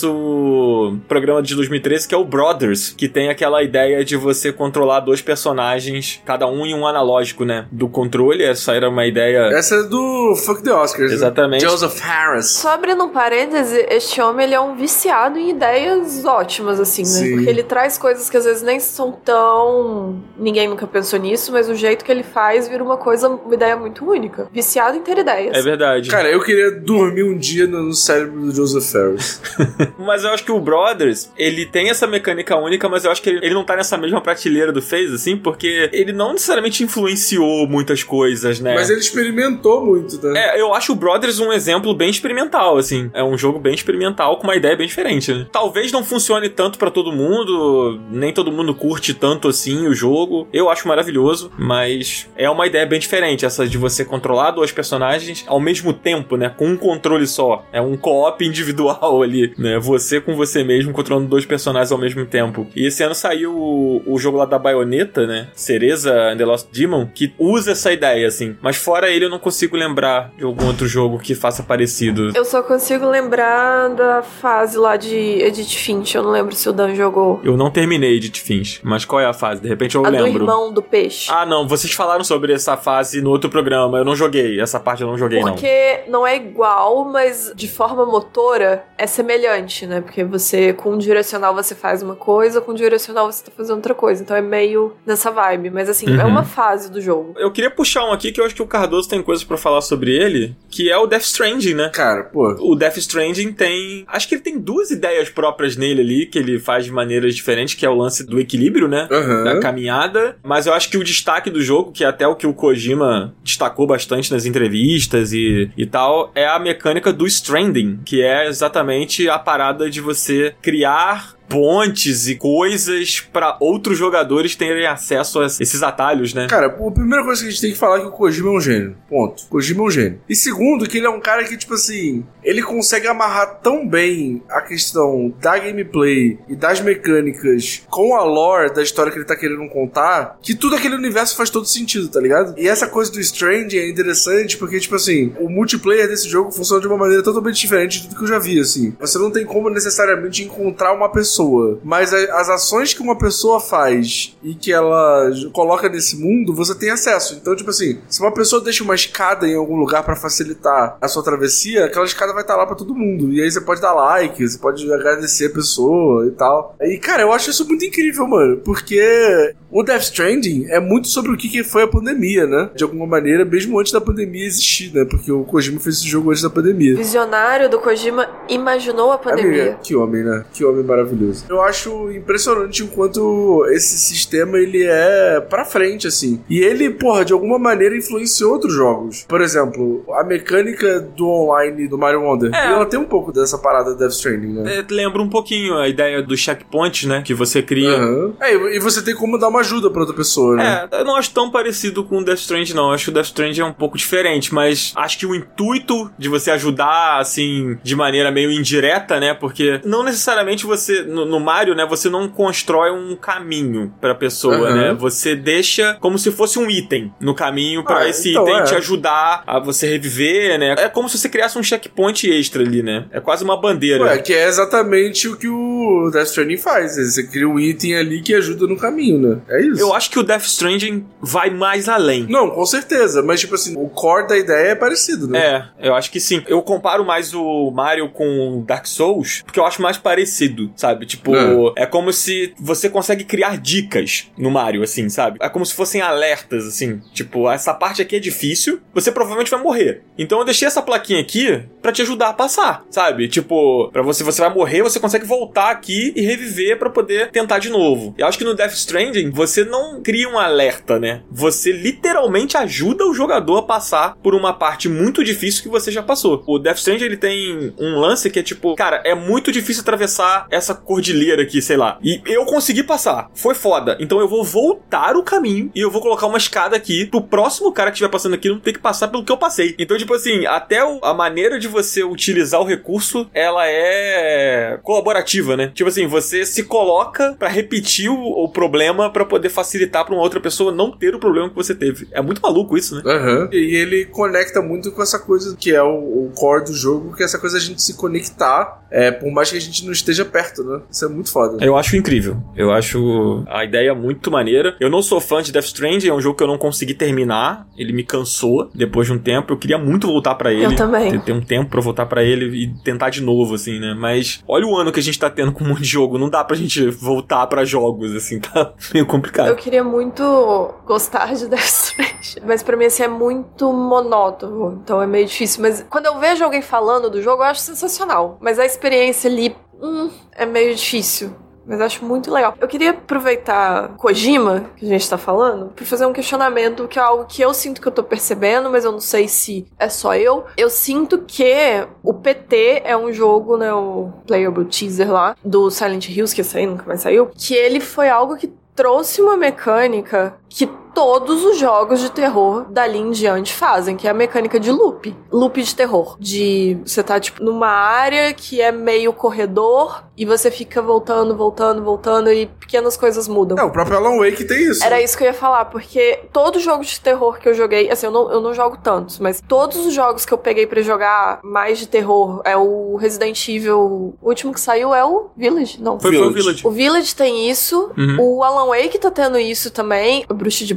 nosso programa de dois mil e treze, que é o Brothers, que tem aquela ideia de você controlar dois personagens, cada um em um analógico, né? Do controle, essa era uma ideia... Essa é do Fuck the Oscars. Exatamente. Né? Joseph Harris. Só abrindo um parêntese, este homem ele é um viciado em ideias ótimas, assim, né? Sim. Porque ele traz coisas que às vezes nem são tão... Ninguém nunca pensou nisso, mas o jeito que ele faz vira uma coisa, uma ideia muito única. Viciado em ter ideias. É verdade. Cara, eu queria dormir um dia no cérebro do Joseph Harris. Mas eu acho que o Brothers, ele tem essa mecânica única, mas eu acho que ele, ele não tá nessa mesma prateleira do Fez, assim, porque ele não necessariamente influenciou muitas coisas, né? Mas ele experimentou muito, né? É, eu acho o Brothers um exemplo bem experimental, assim. É um jogo bem experimental, com uma ideia bem diferente, né? Talvez não funcione tanto pra todo mundo, nem todo mundo curte tanto assim o jogo. Eu acho maravilhoso, mas é uma ideia bem diferente, essa de você controlar dois personagens ao mesmo tempo, né? Com um controle só. É um co-op individual ali, né? Você com você mesmo controlando dois personagens ao mesmo tempo. E esse ano saiu o, o jogo lá da Bayonetta, né? Cereza and the Lost Demon, que usa essa ideia, assim. Mas fora ele, eu não consigo lembrar de algum outro jogo que faça parecido. Eu só consigo lembrar da fase lá de Edith Finch. Eu não lembro se o Dan jogou. Eu não terminei Edith Finch, mas qual é a fase? De repente eu a lembro. do irmão do peixe. Ah, não. Vocês falaram sobre essa fase no outro programa. Eu não joguei. Essa parte eu não joguei, não. Porque não é igual, mas de forma motora é semelhante, né? Porque você, com o direcional, você faz uma coisa, com o direcional você tá fazendo outra coisa. Então é meio nessa vibe. vibe, mas assim, Uhum. é uma fase do jogo. Eu queria puxar um aqui que eu acho que o Cardoso tem coisas pra falar sobre ele, que é o Death Stranding, né? Cara, pô. O Death Stranding tem... Acho que ele tem duas ideias próprias nele ali, que ele faz de maneiras diferentes, que é o lance do equilíbrio, né? Uhum. Da caminhada. Mas eu acho que o destaque do jogo, que é até o que o Kojima destacou bastante nas entrevistas e, e tal, é a mecânica do Stranding, que é exatamente a parada de você criar pontes e coisas pra outros jogadores terem acesso a esses atalhos, né? Cara, a primeira coisa que a gente tem que falar é que o Kojima é um gênio. Ponto. O Kojima é um gênio. E segundo, que ele é um cara que, tipo assim, ele consegue amarrar tão bem a questão da gameplay e das mecânicas com a lore da história que ele tá querendo contar, que tudo aquele universo faz todo sentido, tá ligado? E essa coisa do Strange é interessante porque, tipo assim, o multiplayer desse jogo funciona de uma maneira totalmente diferente de tudo que eu já vi, assim. Você não tem como necessariamente encontrar uma pessoa, mas a, as ações que uma pessoa faz e que ela coloca nesse mundo, você tem acesso. Então, tipo assim, se uma pessoa deixa uma escada em algum lugar pra facilitar a sua travessia, aquela escada vai estar lá pra todo mundo. E aí você pode dar like, você pode agradecer a pessoa e tal. E, cara, eu acho isso muito incrível, mano, porque o Death Stranding é muito sobre o que foi a pandemia, né? De alguma maneira, mesmo antes da pandemia existir, né? Porque o Kojima fez esse jogo antes da pandemia. O visionário do Kojima imaginou a pandemia. Amiga, que homem, né? Que homem maravilhoso. Eu acho impressionante o quanto esse sistema ele é pra frente, assim. E ele, porra, de alguma maneira influenciou outros jogos. Por exemplo, a mecânica do online do Mario Wonder. É. Ela tem um pouco dessa parada do Death Stranding, né? É, lembra um pouquinho a ideia dos checkpoints, né? Que você cria. Uhum. É, e você tem como dar uma ajuda pra outra pessoa, né? É, eu não acho tão parecido com o Death Stranding, não. Eu acho que o Death Stranding é um pouco diferente, mas acho que o intuito de você ajudar, assim, de maneira meio indireta, né? Porque não necessariamente você... No, no Mario, né, você não constrói um caminho pra pessoa, Uhum. né? Você deixa como se fosse um item no caminho pra Ah, esse então, item é. te ajudar a você reviver, né? É como se você criasse um checkpoint extra ali, né? É quase uma bandeira. Ué, que é exatamente o que o Death Stranding faz. Você cria um item ali que ajuda no caminho, né? É isso. Eu acho que o Death Stranding vai mais além. Não, com certeza. Mas, tipo assim, o core da ideia é parecido, né? É, eu acho que sim. Eu comparo mais o Mario com Dark Souls, porque eu acho mais parecido, sabe? Tipo, é, é como se você consegue criar dicas no Mario, assim, sabe? É como se fossem alertas, assim. Tipo, essa parte aqui é difícil, você provavelmente vai morrer. Então eu deixei essa plaquinha aqui pra te ajudar a passar, sabe? Tipo, pra você, você vai morrer, você consegue voltar aqui e reviver pra poder tentar de novo. Eu acho que no Death Stranding, você não cria um alerta, né? Você literalmente ajuda o jogador a passar por uma parte muito difícil que você já passou. O Death Stranding, ele tem um lance que é tipo, cara, é muito difícil atravessar essa cordilheira aqui, sei lá. E eu consegui passar. Foi foda. Então eu vou voltar o caminho e eu vou colocar uma escada aqui pro próximo cara que estiver passando aqui não ter que passar pelo que eu passei. Então, tipo assim, até o, a maneira de você utilizar o recurso, ela é colaborativa, né? Tipo assim, você se coloca pra repetir o, o problema pra poder facilitar pra uma outra pessoa não ter o problema que você teve. É muito maluco isso, né? Uhum. E ele conecta muito com essa coisa que é o, o core do jogo, que é essa coisa a gente se conectar, é, por mais que a gente não esteja perto, né? Isso é muito foda. Eu acho incrível. Eu acho a ideia muito maneira. Eu não sou fã de Death Stranding, é um jogo que eu não consegui terminar. Ele me cansou depois de um tempo. Eu queria muito voltar pra ele. Eu também. Ter, ter um tempo pra voltar pra ele e tentar de novo, assim, né? Mas olha o ano que a gente tá tendo com um monte de jogo. Não dá pra gente voltar pra jogos, assim, tá meio complicado. Eu queria muito gostar de Death Stranding, mas pra mim, assim, é muito monótono. Então é meio difícil. Mas quando eu vejo alguém falando do jogo, eu acho sensacional. Mas a experiência ali, hum, é meio difícil. Mas acho muito legal. Eu queria aproveitar Kojima, que a gente tá falando, pra fazer um questionamento, que é algo que eu sinto que eu tô percebendo, mas eu não sei se é só eu. Eu sinto que o P T é um jogo, né, o Playable Teaser lá, do Silent Hills, que esse aí nunca mais saiu, que ele foi algo que trouxe uma mecânica que todos os jogos de terror dali em diante fazem, que é a mecânica de loop. Loop de terror. De você tá, tipo, numa área que é meio corredor e você fica voltando, voltando, voltando e pequenas coisas mudam. É, o próprio Alan Wake tem isso. Era isso que eu ia falar, porque todo jogo de terror que eu joguei, assim, eu não, eu não jogo tantos, mas todos os jogos que eu peguei pra jogar mais de terror é o Resident Evil. O último que saiu é o Village, não. Foi, foi o Village. O Village tem isso, Uhum. o Alan Wake tá tendo isso também, o Bruxa de Blair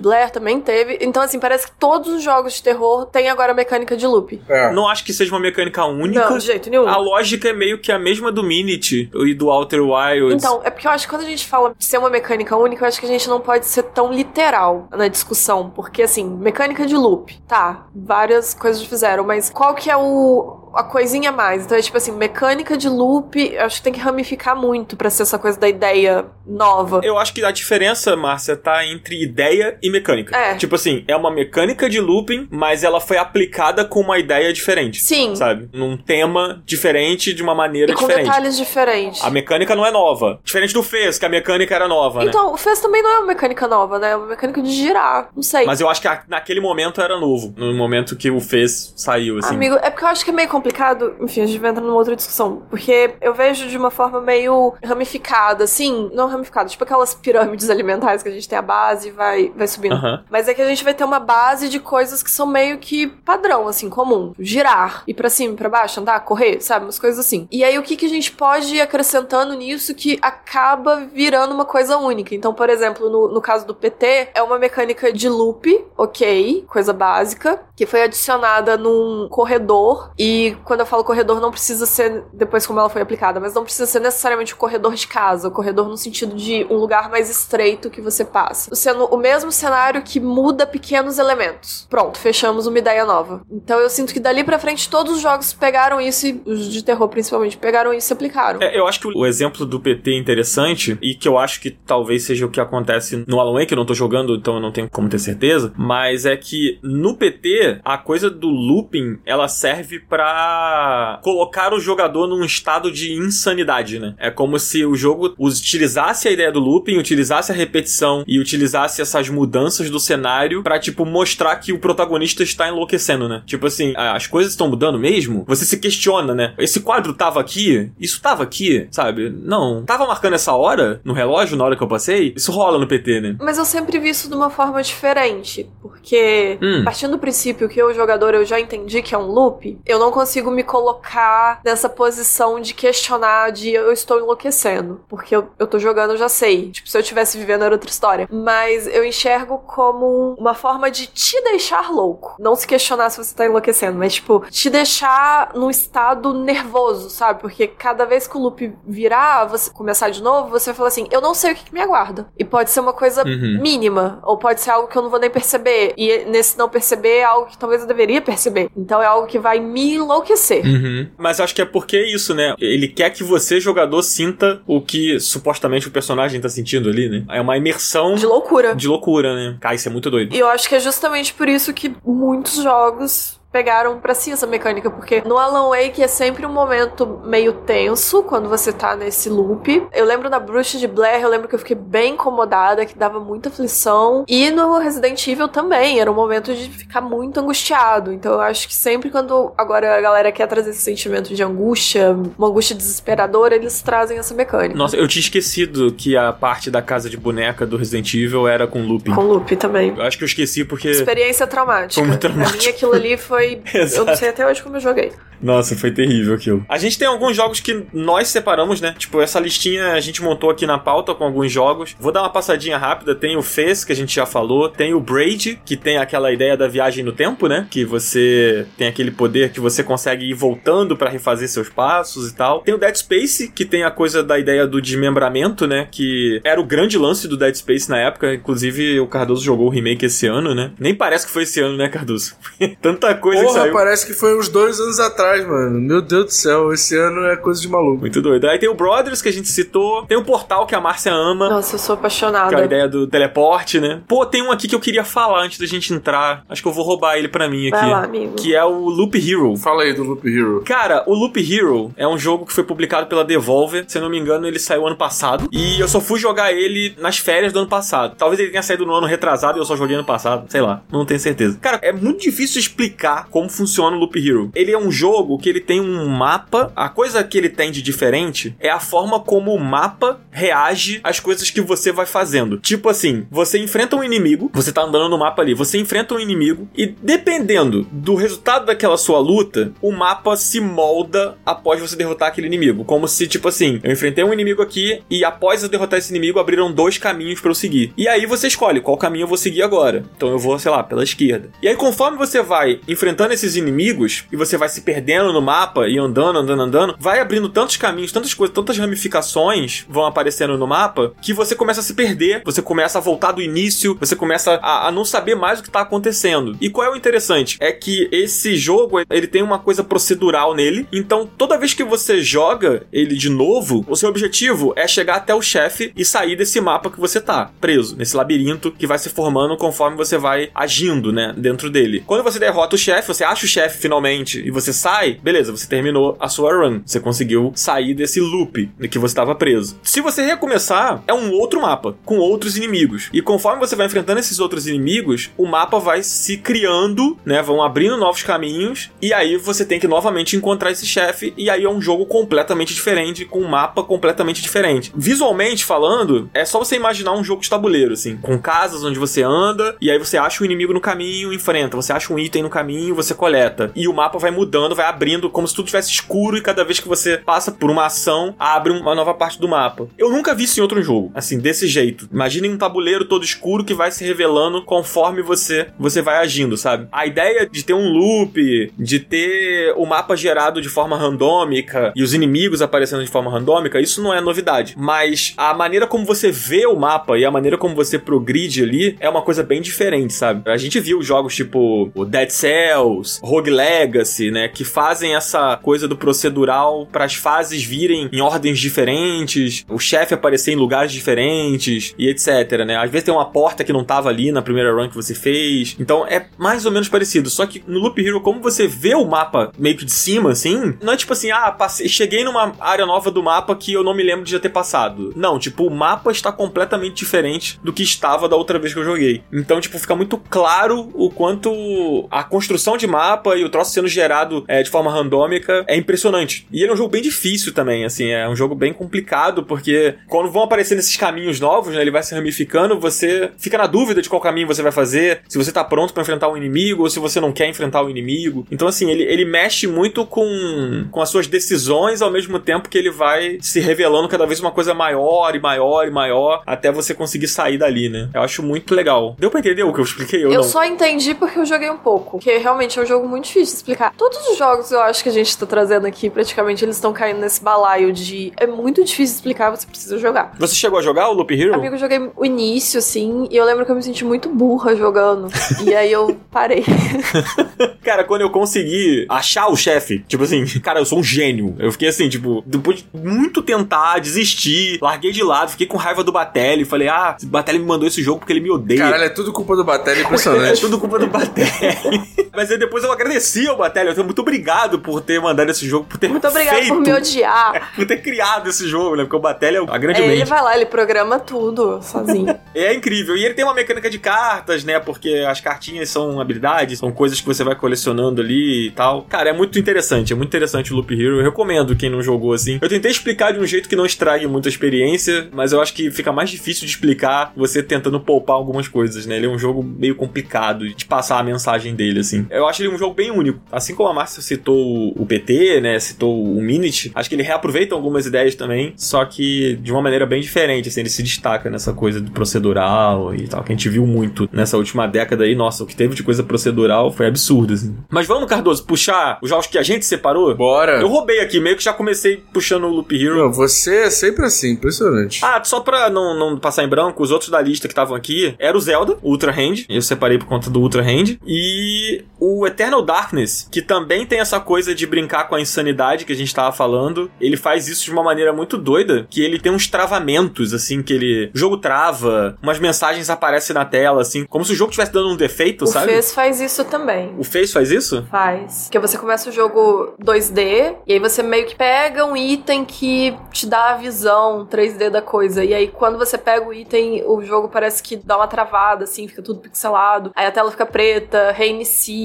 Blair também teve. Então, assim, parece que todos os jogos de terror têm agora a mecânica de loop. É. Não acho que seja uma mecânica única. Não, de jeito nenhum. A lógica é meio que a mesma do Minit e do Outer Wilds. Então, é porque eu acho que quando a gente fala de ser uma mecânica única, eu acho que a gente não pode ser tão literal na discussão. Porque, assim, mecânica de loop, tá, várias coisas fizeram, mas qual que é o... a coisinha a mais? Então é tipo assim, mecânica de loop, eu acho que tem que ramificar muito pra ser essa coisa da ideia nova. Eu acho que a diferença, Márcia, tá entre ideia e mecânica. É. Tipo assim, é uma mecânica de looping, mas ela foi aplicada com uma ideia diferente. Sim. Sabe? Num tema diferente, de uma maneira e com diferente. detalhes diferentes. A mecânica não é nova. Diferente do Fez, que a mecânica era nova, então, né? o Fez também não é uma mecânica nova, né? É uma mecânica de girar. Não sei. Mas eu acho que a, naquele momento era novo. No momento que o Fez saiu, assim. Amigo, é porque eu acho que é meio complicado. Enfim, a gente vai entrar numa outra discussão. Porque eu vejo de uma forma meio ramificada, assim. Não ramificada, tipo aquelas pirâmides alimentares que a gente tem a base e vai, vai subindo. Uhum. Mas é que a gente vai ter uma base de coisas que são meio que padrão, assim, comum. Girar, ir pra cima, pra baixo, andar, correr, sabe? Umas coisas assim. E aí, o que, que a gente pode ir acrescentando nisso que acaba virando uma coisa única? Então, por exemplo, no, no caso do P T, é uma mecânica de loop, ok, coisa básica, que foi adicionada num corredor. E quando eu falo corredor, não precisa ser depois como ela foi aplicada, mas não precisa ser necessariamente o corredor de casa, o corredor no sentido de um lugar mais estreito que você passa. Sendo o mesmo cenário que muda pequenos elementos. Pronto, fechamos uma ideia nova. Então eu sinto que dali pra frente todos os jogos pegaram isso, e os de terror principalmente, pegaram isso e aplicaram. É, eu acho que o exemplo do P T é interessante, e que eu acho que talvez seja o que acontece no Alan Wake, eu não tô jogando, então eu não tenho como ter certeza, mas é que no P T, a coisa do looping, ela serve pra colocar o jogador num estado de insanidade, né? É como se o jogo utilizasse a ideia do looping, utilizasse a repetição e utilizasse essas mudanças do cenário pra, tipo, mostrar que o protagonista está enlouquecendo, né? Tipo assim, as coisas estão mudando mesmo? Você se questiona, né? Esse quadro tava aqui? Isso tava aqui? Sabe? Não. Tava marcando essa hora no relógio na hora que eu passei? Isso rola no P T, né? Mas eu sempre vi isso de uma forma diferente, porque hum. partindo do princípio que eu, jogador, eu já entendi que é um loop, eu não consigo me colocar nessa posição de questionar de eu estou enlouquecendo, porque eu, eu tô jogando, eu já sei. Tipo, se eu estivesse vivendo era outra história. Mas eu enxergo como uma forma de te deixar louco. Não se questionar se você tá enlouquecendo, mas tipo, te deixar num estado nervoso, sabe? Porque cada vez que o loop virar, você começar de novo, você fala assim, eu não sei o que, que me aguarda. E pode ser uma coisa uhum. mínima, ou pode ser algo que eu não vou nem perceber. E nesse não perceber é algo que talvez eu deveria perceber. Então é algo que vai me enlouquecer. Uhum. Mas acho que é porque é isso, né? Ele quer que você, jogador, sinta o que supostamente o personagem tá sentindo ali, né? É uma imersão... De loucura. De loucura, né? Cara, isso é muito doido. E eu acho que é justamente por isso que muitos jogos pegaram pra si essa mecânica, porque no Alan Wake é sempre um momento meio tenso quando você tá nesse loop. Eu lembro na Bruxa de Blair, eu lembro que eu fiquei bem incomodada, que dava muita aflição. E no Resident Evil também, era um momento de ficar muito angustiado. Então eu acho que sempre quando agora a galera quer trazer esse sentimento de angústia, uma angústia desesperadora, eles trazem essa mecânica. Nossa, eu tinha esquecido que a parte da casa de boneca do Resident Evil era com looping. Com loop também. Eu acho que eu esqueci porque... Experiência traumática. Foi muito traumático. Pra mim aquilo ali foi... Eu não sei até hoje como eu joguei. Nossa, foi terrível aquilo. A gente tem alguns jogos que nós separamos, né? Tipo, essa listinha a gente montou aqui na pauta com alguns jogos. Vou dar uma passadinha rápida. Tem o Fez, que a gente já falou. Tem o Braid, que tem aquela ideia da viagem no tempo, né? Que você tem aquele poder que você consegue ir voltando pra refazer seus passos e tal. Tem o Dead Space, que tem a coisa da ideia do desmembramento, né? Que era o grande lance do Dead Space na época. Inclusive, o Cardoso jogou o remake esse ano, né? Nem parece que foi esse ano, né, Cardoso? Tanta coisa Porra, que saiu. Parece que foi uns dois anos atrás, mano. Meu Deus do céu, esse ano é coisa de maluco. Muito doido. Aí tem o Brothers, que a gente citou. Tem o Portal, que a Márcia ama. Nossa, eu sou apaixonada. Que é a ideia do teleporte, né? Pô, tem um aqui que eu queria falar antes da gente entrar. Acho que eu vou roubar ele pra mim aqui. Vai lá, amigo. Que é o Loop Hero. Fala aí do Loop Hero. Cara, o Loop Hero é um jogo que foi publicado pela Devolver. Se eu não me engano, ele saiu ano passado. E eu só fui jogar ele nas férias do ano passado. Talvez ele tenha saído no ano retrasado e eu só joguei ano passado. Sei lá, não tenho certeza. Cara, é muito difícil explicar explicar como funciona o Loop Hero. Ele é um jogo que ele tem um mapa, a coisa que ele tem de diferente é a forma como o mapa reage às coisas que você vai fazendo. Tipo assim, você enfrenta um inimigo, você tá andando no mapa ali, você enfrenta um inimigo e dependendo do resultado daquela sua luta, o mapa se molda após você derrotar aquele inimigo. Como se, tipo assim, eu enfrentei um inimigo aqui e após eu derrotar esse inimigo, abriram dois caminhos pra eu seguir. E aí você escolhe qual caminho eu vou seguir agora. Então eu vou, sei lá, pela esquerda. E aí conforme você vai enfrentando esses inimigos e você vai se perdendo no mapa e andando, andando, andando, vai abrindo tantos caminhos, tantas coisas, tantas ramificações vão aparecendo no mapa que você começa a se perder, você começa a voltar do início, você começa a, a não saber mais o que tá acontecendo. E qual é o interessante? É que esse jogo, ele tem uma coisa procedural nele, então toda vez que você joga ele de novo, o seu objetivo é chegar até o chefe e sair desse mapa que você tá preso, nesse labirinto que vai se formando conforme você vai agindo, né, dentro dele. Quando você derrota o chefe, você acha o chefe finalmente e você sai, beleza, você terminou a sua run, você conseguiu sair desse loop que você estava preso. Se você recomeçar, é um outro mapa, com outros inimigos, e conforme você vai enfrentando esses outros inimigos, o mapa vai se criando, né, vão abrindo novos caminhos, e aí você tem que novamente encontrar esse chefe, e aí é um jogo completamente diferente, com um mapa completamente diferente. Visualmente falando, é só você imaginar um jogo de tabuleiro, assim, com casas onde você anda, e aí você acha um inimigo no caminho, enfrenta, você acha um item no caminho, você coleta, e o mapa vai mudando, vai abrindo, como se tudo estivesse escuro, e cada vez que você passa por uma ação, abre uma nova parte do mapa. Eu nunca vi isso em outro jogo, assim, desse jeito. Imaginem um tabuleiro todo escuro que vai se revelando conforme você, você vai agindo, sabe? A ideia de ter um loop, de ter o mapa gerado de forma randômica e os inimigos aparecendo de forma randômica, isso não é novidade. Mas a maneira como você vê o mapa e a maneira como você progride ali é uma coisa bem diferente, sabe? A gente viu jogos tipo o Dead Cells, Rogue Legacy, né? Que fazem essa coisa do procedural para as fases virem em ordens diferentes, o chefe aparecer em lugares diferentes e etc, né? Às vezes tem uma porta que não tava ali na primeira run que você fez. Então é mais ou menos parecido. Só que no Loop Hero, como você vê o mapa meio que de cima, assim, não é tipo assim, ah, passei, cheguei numa área nova do mapa que eu não me lembro de já ter passado. Não, tipo, o mapa está completamente diferente do que estava da outra vez que eu joguei. Então, tipo, fica muito claro o quanto a construção de mapa e o troço sendo gerado é, de forma randômica é impressionante. E ele é um jogo bem difícil também, assim, é um jogo bem complicado, porque quando vão aparecendo esses caminhos novos, né, ele vai se ramificando, você fica na dúvida de qual caminho você vai fazer, se você tá pronto pra enfrentar um inimigo ou se você não quer enfrentar o inimigo. Então, assim, ele, ele mexe muito com, com as suas decisões ao mesmo tempo que ele vai se revelando cada vez uma coisa maior e maior e maior até você conseguir sair dali, né? Eu acho muito legal. Deu pra entender o que eu expliquei? Eu, eu não? só entendi porque eu joguei um pouco, porque realmente é um jogo muito difícil de explicar. Todos os jogos eu acho que a gente tá trazendo aqui, praticamente, eles estão caindo nesse balaio de é muito difícil de explicar, você precisa jogar. Você chegou a jogar o Loop Hero? Amigo, eu joguei o início, assim, e eu lembro que eu me senti muito burra jogando. E aí eu parei. Cara, quando eu consegui achar o chefe, tipo assim, cara, eu sou um gênio. Eu fiquei assim, tipo, depois de muito tentar, desistir, larguei de lado, fiquei com raiva do Batelli, falei, ah, o Batelli me mandou esse jogo porque ele me odeia. Caralho, é tudo culpa do Batelli, impressionante. É tudo culpa do Batelli. Mas aí depois eu agradeci ao Batelli, eu tô muito obrigado por ter mandado esse jogo, por ter Muito obrigado feito, por me odiar. por ter criado esse jogo, né? Porque o Batelli é a grande É, mente. ele vai lá, ele programa tudo sozinho. É incrível. E ele tem uma mecânica de cartas, né? Porque as cartinhas são habilidades, são coisas que você vai colecionando ali e tal. Cara, é muito interessante. É muito interessante o Loop Hero. Eu recomendo quem não jogou assim. Eu tentei explicar de um jeito que não estrague muita experiência, mas eu acho que fica mais difícil de explicar você tentando poupar algumas coisas, né? Ele é um jogo meio complicado de passar a mensagem dele, assim. Eu acho ele um jogo bem único. Assim como a Márcia citou o P T, né? Citou o Minit. Acho que ele reaproveita algumas ideias também, só que de uma maneira bem diferente, assim. Ele se destaca nessa coisa do procedural e tal, que a gente viu muito nessa última década aí. Nossa, o que teve de coisa procedural foi absurdo, assim. Mas vamos, Cardoso, puxar os jogos que a gente separou? Bora. Eu roubei aqui, meio que já comecei puxando o Loop Hero. Não, você é sempre assim, impressionante. Ah, só pra não, não passar em branco, os outros da lista que estavam aqui era o Zelda, o Ultra Hand. Eu separei por conta do Ultra Hand. E o Eternal Darkness, que também tem essa coisa de brincar com a insanidade que a gente tava falando. Ele faz isso de uma maneira muito doida, que ele tem uns travamentos, assim, que ele... O jogo trava, umas mensagens aparecem na tela, assim, como se o jogo estivesse dando um defeito, o sabe? O Fez faz isso também. O Fez faz isso? Faz. Porque você começa o jogo dois D, e aí você meio que pega um item que te dá a visão três D da coisa. E aí, quando você pega o item, o jogo parece que dá uma travada, assim, fica tudo pixelado. Aí a tela fica preta, reinicia.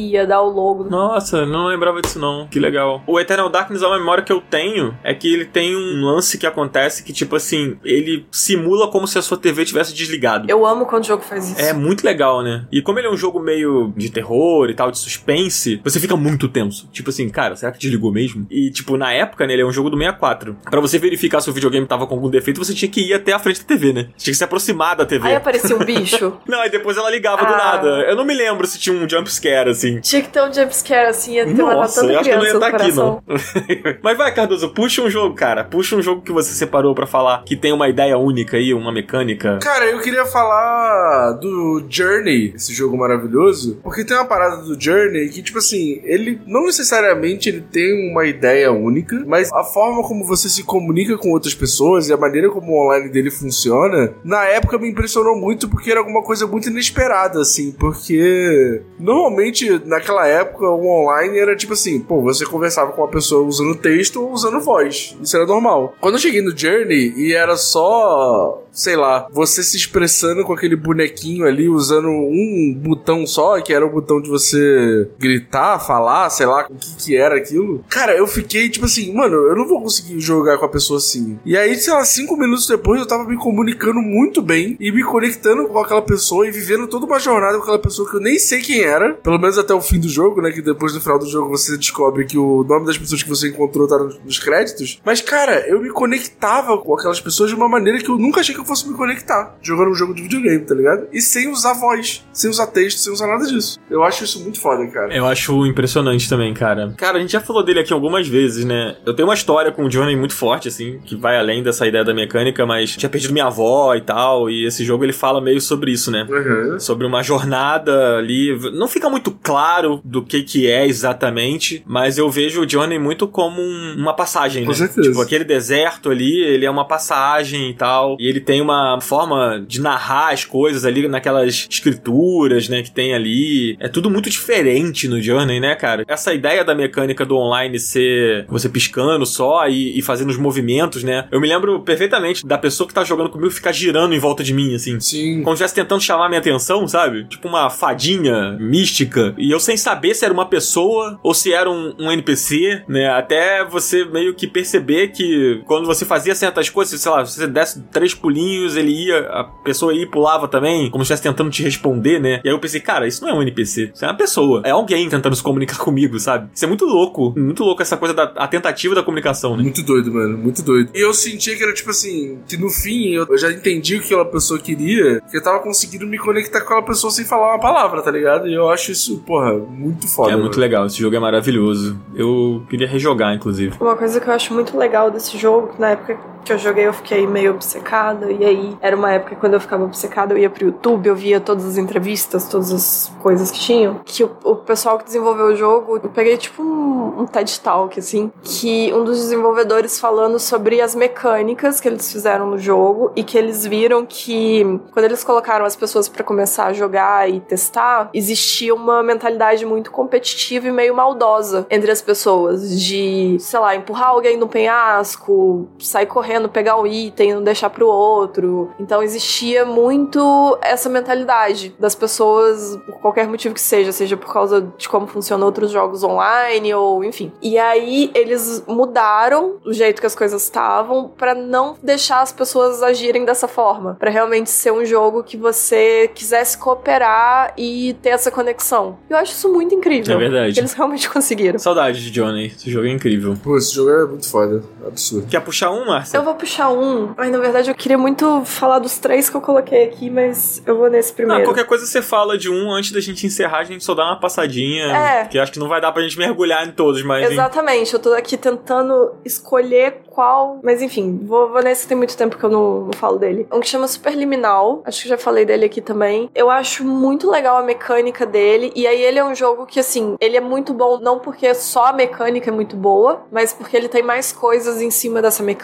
ia, dar o logo. Nossa, não lembrava disso não. Que legal. O Eternal Darkness, a memória que eu tenho é que ele tem um lance que acontece que, tipo assim, ele simula como se a sua T V tivesse desligado. Eu amo quando o jogo faz isso. É muito legal, né? E como ele é um jogo meio de terror e tal, de suspense, você fica muito tenso. Tipo assim, cara, será que desligou mesmo? E, tipo, na época, né, ele é um jogo do sessenta e quatro. Pra você verificar se o videogame tava com algum defeito, você tinha que ir até a frente da T V, né? Tinha que se aproximar da T V. Aí aparecia um bicho. Não, aí depois ela ligava ah. do nada. Eu não me lembro se tinha um jumpscare, assim. Tinha que ter um jumpscare, assim, ia ter Nossa, tanta eu acho que eu não ia estar aqui, não. Mas vai, Cardoso, puxa um jogo, cara. Puxa um jogo que você separou pra falar, que tem uma ideia única aí, uma mecânica. Cara, eu queria falar do Journey, esse jogo maravilhoso, porque tem uma parada do Journey que, tipo assim, ele não necessariamente ele tem uma ideia única, mas a forma como você se comunica com outras pessoas e a maneira como o online dele funciona, na época me impressionou muito porque era alguma coisa muito inesperada, assim, porque normalmente naquela época o online era tipo assim, pô, você conversava com uma pessoa usando texto ou usando voz, isso era normal. Quando eu cheguei no Journey e era só, sei lá, você se expressando com aquele bonequinho ali, usando um botão só, que era o botão de você gritar, falar, sei lá, o que que era aquilo. Cara, eu fiquei tipo assim, mano, eu não vou conseguir jogar com a pessoa assim. E aí, sei lá, cinco minutos depois eu tava me comunicando muito bem e me conectando com aquela pessoa e vivendo toda uma jornada com aquela pessoa que eu nem sei quem era, pelo menos até o fim do jogo, né, que depois no final do jogo você descobre que o nome das pessoas que você encontrou tá nos créditos. Mas, cara, eu me conectava com aquelas pessoas de uma maneira que eu nunca achei que eu fosse me conectar, jogando um jogo de videogame, tá ligado? E sem usar voz, sem usar texto, sem usar nada disso. Eu acho isso muito foda, cara. Eu acho impressionante também, cara. Cara, a gente já falou dele aqui algumas vezes, né? Eu tenho uma história com o Journey muito forte, assim, que vai além dessa ideia da mecânica, mas tinha perdido minha avó e tal, e esse jogo ele fala meio sobre isso, né? Uhum. Sobre uma jornada ali. Não fica muito claro do que que é exatamente, mas eu vejo o Journey muito como um, uma passagem, com né? certeza. Tipo, aquele deserto ali, ele é uma passagem e tal, e ele tem uma forma de narrar as coisas ali naquelas escrituras, né, que tem ali. É tudo muito diferente no Journey, né, cara? Essa ideia da mecânica do online ser você piscando só e, e fazendo os movimentos, né? Eu me lembro perfeitamente da pessoa que tá jogando comigo ficar girando em volta de mim, assim. Sim. Como se estivesse tentando chamar minha atenção, sabe? Tipo uma fadinha mística. E eu sem saber se era uma pessoa ou se era um, um N P C, né? Até você meio que perceber que quando você fazia certas coisas, sei lá, se você desse três pulinhos, ele ia, a pessoa ia e pulava também, como se estivesse tentando te responder, né? E aí eu pensei, cara, isso não é um N P C, isso é uma pessoa. É alguém tentando se comunicar comigo, sabe? Isso é muito louco. Muito louco essa coisa da a tentativa da comunicação, né? Muito doido, mano. Muito doido. E eu sentia que era tipo assim, que no fim eu, eu já entendi o que aquela pessoa queria, que eu tava conseguindo me conectar com aquela pessoa sem falar uma palavra, tá ligado? E eu acho isso, porra, muito foda. É muito mano. legal. Esse jogo é maravilhoso. Eu queria rejogar, inclusive. Uma coisa que eu acho muito legal desse jogo, que na época que eu joguei eu fiquei meio obcecada, e aí era uma época que quando eu ficava obcecada eu ia pro YouTube, eu via todas as entrevistas, todas as coisas que tinham, que o, o pessoal que desenvolveu o jogo, eu peguei tipo um, um TED Talk, assim, que um dos desenvolvedores falando sobre as mecânicas que eles fizeram no jogo e que eles viram que quando eles colocaram as pessoas pra começar a jogar e testar, existia uma mentalidade muito competitiva e meio maldosa entre as pessoas, de, sei lá, empurrar alguém no penhasco, sair correndo, pegar um item, não deixar pro outro. Então existia muito essa mentalidade das pessoas, por qualquer motivo que seja, seja por causa de como funcionam outros jogos online ou enfim. E aí eles mudaram o jeito que as coisas estavam pra não deixar as pessoas agirem dessa forma, pra realmente ser um jogo que você quisesse cooperar e ter essa conexão. Eu acho isso muito incrível. É verdade. Eles realmente conseguiram. Saudade de Johnny. Esse jogo é incrível. Pô, esse jogo é muito foda. Absurdo. Quer puxar um, Márcia? Eu vou puxar um. Ai, na verdade, eu queria muito falar dos três que eu coloquei aqui, mas eu vou nesse primeiro. Não, qualquer coisa você fala de um antes da gente encerrar, a gente só dá uma passadinha. É. Que acho que não vai dar pra gente mergulhar em todos, mas... Exatamente, eu tô aqui tentando escolher qual... Mas enfim, vou, vou nesse que tem muito tempo que eu não, não falo dele. Um que chama Superliminal, acho que já falei dele aqui também. Eu acho muito legal a mecânica dele, e aí ele é um jogo que, assim, ele é muito bom não porque só a mecânica é muito boa, mas porque ele tem mais coisas em cima dessa mecânica, e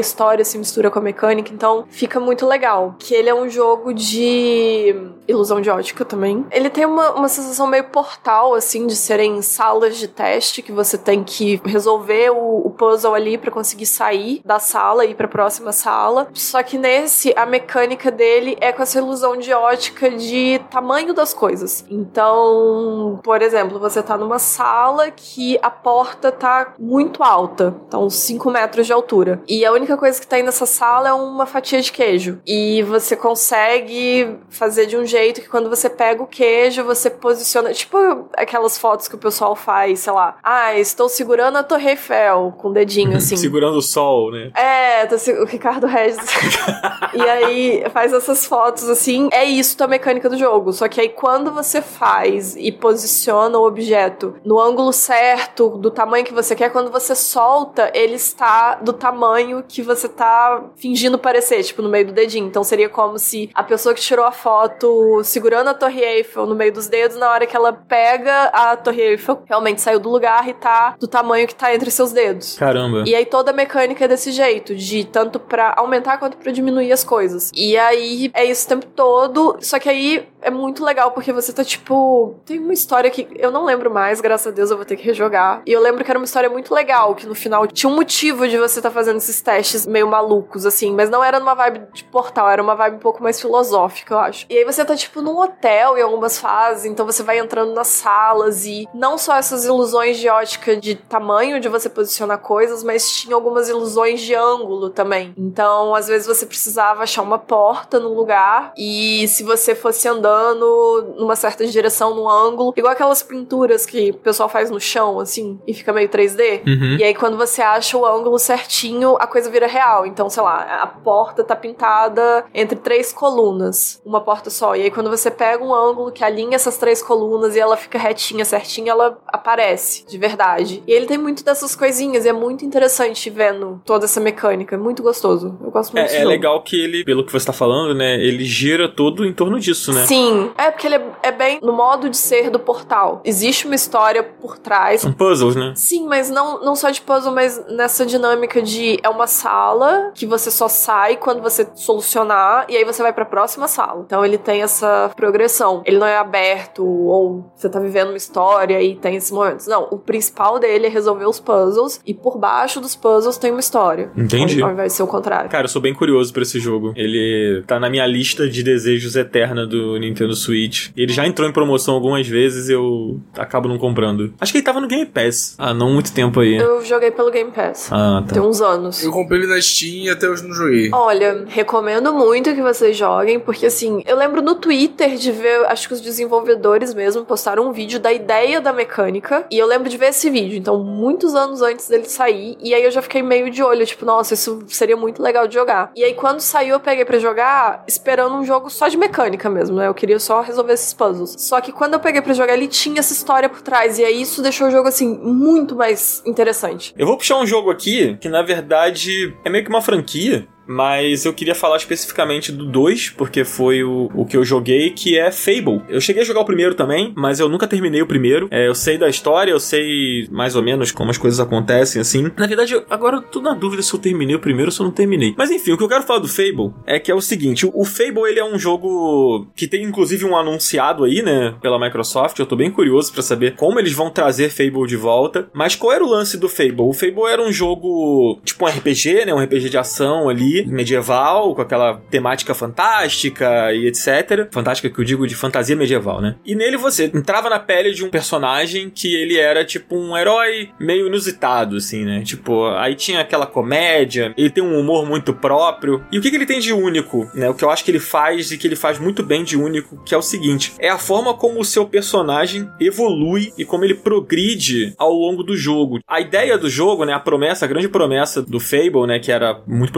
história se mistura com a mecânica, então fica muito legal. Que ele é um jogo de ilusão de ótica também. Ele tem uma, uma sensação meio Portal, assim, de serem salas de teste que você tem que resolver o, o puzzle ali pra conseguir sair da sala e ir pra próxima sala. Só que nesse, a mecânica dele é com essa ilusão de ótica de tamanho das coisas. Então, por exemplo, você tá numa sala que a porta tá muito alta, tá uns cinco metros de altura. E a única coisa que tem nessa sala é uma fatia de queijo. E você consegue fazer de um jeito que quando você pega o queijo, você posiciona... Tipo aquelas fotos que o pessoal faz, sei lá. Ah, estou segurando a Torre Eiffel com o dedinho, assim. Segurando o sol, né? É, tô se... o Ricardo Regis. E aí faz essas fotos, assim. É isso a mecânica do jogo. Só que aí quando você faz e posiciona o objeto no ângulo certo, do tamanho que você quer, quando você solta, ele está do tamanho que você tá fingindo parecer, tipo, no meio do dedinho. Então seria como se a pessoa que tirou a foto segurando a Torre Eiffel no meio dos dedos, na hora que ela pega a Torre Eiffel, realmente saiu do lugar e tá do tamanho que tá entre seus dedos. Caramba. E aí toda a mecânica é desse jeito, de tanto pra aumentar quanto pra diminuir as coisas. E aí é isso o tempo todo, só que aí é muito legal porque você tá tipo... Tem uma história que eu não lembro mais, graças a Deus eu vou ter que rejogar. E eu lembro que era uma história muito legal, que no final tinha um motivo de você tá fazendo esses testes meio malucos, assim, mas não era numa vibe de Portal, era uma vibe um pouco mais filosófica, eu acho. E aí você tá tipo num hotel em algumas fases, então você vai entrando nas salas e não só essas ilusões de ótica de tamanho de você posicionar coisas, mas tinha algumas ilusões de ângulo também. Então, às vezes você precisava achar uma porta num lugar e se você fosse andando numa certa direção, num ângulo, igual aquelas pinturas que o pessoal faz no chão, assim, e fica meio três D. Uhum. E aí, quando você acha o ângulo certinho, a coisa vira real. Então, sei lá, a porta tá pintada entre três colunas, uma porta só. E aí, quando você pega um ângulo que alinha essas três colunas e ela fica retinha, certinha, ela aparece, de verdade. E ele tem muito dessas coisinhas, e é muito interessante vendo toda essa mecânica. É muito gostoso. Eu gosto muito É, desse é jogo. legal que ele, pelo que você tá falando, né, ele gira todo em torno disso, né? Sim. É, porque ele é, é bem no modo de ser do Portal. Existe uma história por trás. São puzzles, né? Sim, mas não, não só de puzzle, mas nessa dinâmica de... É uma sala que você só sai quando você solucionar, e aí você vai pra próxima sala. Então ele tem essa progressão. Ele não é aberto, ou você tá vivendo uma história e tem esses momentos. Não, o principal dele é resolver os puzzles, e por baixo dos puzzles tem uma história. Entendi. Ao invés de ser o contrário. Cara, eu sou bem curioso pra esse jogo. Ele tá na minha lista de desejos eterna do Nintendo Switch. Ele já entrou em promoção algumas vezes e eu acabo não comprando. Acho que ele tava no Game Pass há não muito tempo aí. Eu joguei pelo Game Pass. Ah, tá. Tem uns anos. Eu comprei ele na Steam e até hoje não joguei. Olha, recomendo muito que vocês joguem, porque assim, eu lembro no Twitter de ver, acho que os desenvolvedores mesmo postaram um vídeo da ideia da mecânica, e eu lembro de ver esse vídeo, então muitos anos antes dele sair, e aí eu já fiquei meio de olho, tipo, nossa, isso seria muito legal de jogar. E aí quando saiu eu peguei pra jogar, esperando um jogo só de mecânica mesmo, né, eu queria só resolver esses puzzles. Só que quando eu peguei pra jogar, ele tinha essa história por trás, e aí isso deixou o jogo, assim, muito mais interessante. Eu vou puxar um jogo aqui que, na verdade, é meio que uma franquia. Mas eu queria falar especificamente do dois, porque foi o, o que eu joguei, que é Fable. Eu cheguei a jogar o primeiro também, mas eu nunca terminei o primeiro. É, eu sei da história, eu sei mais ou menos como as coisas acontecem, assim. Na verdade, eu, agora eu tô na dúvida se eu terminei o primeiro ou se eu não terminei. Mas enfim, o que eu quero falar do Fable é que é o seguinte, o, o Fable, ele é um jogo que tem inclusive um anunciado aí, né, pela Microsoft. Eu tô bem curioso pra saber como eles vão trazer Fable de volta. Mas qual era o lance do Fable? O Fable era um jogo, tipo um R P G, né, um R P G de ação ali, medieval, com aquela temática fantástica e etcétera. Fantástica que eu digo de fantasia medieval, né? E nele você entrava na pele de um personagem que ele era tipo um herói meio inusitado, assim, né? Tipo, aí tinha aquela comédia, ele tem um humor muito próprio. E o que, que ele tem de único, né? O que eu acho que ele faz e que ele faz muito bem de único, que é o seguinte, é a forma como o seu personagem evolui e como ele progride ao longo do jogo. A ideia do jogo, né? A promessa, a grande promessa do Fable, né? Que era muito prometido pelo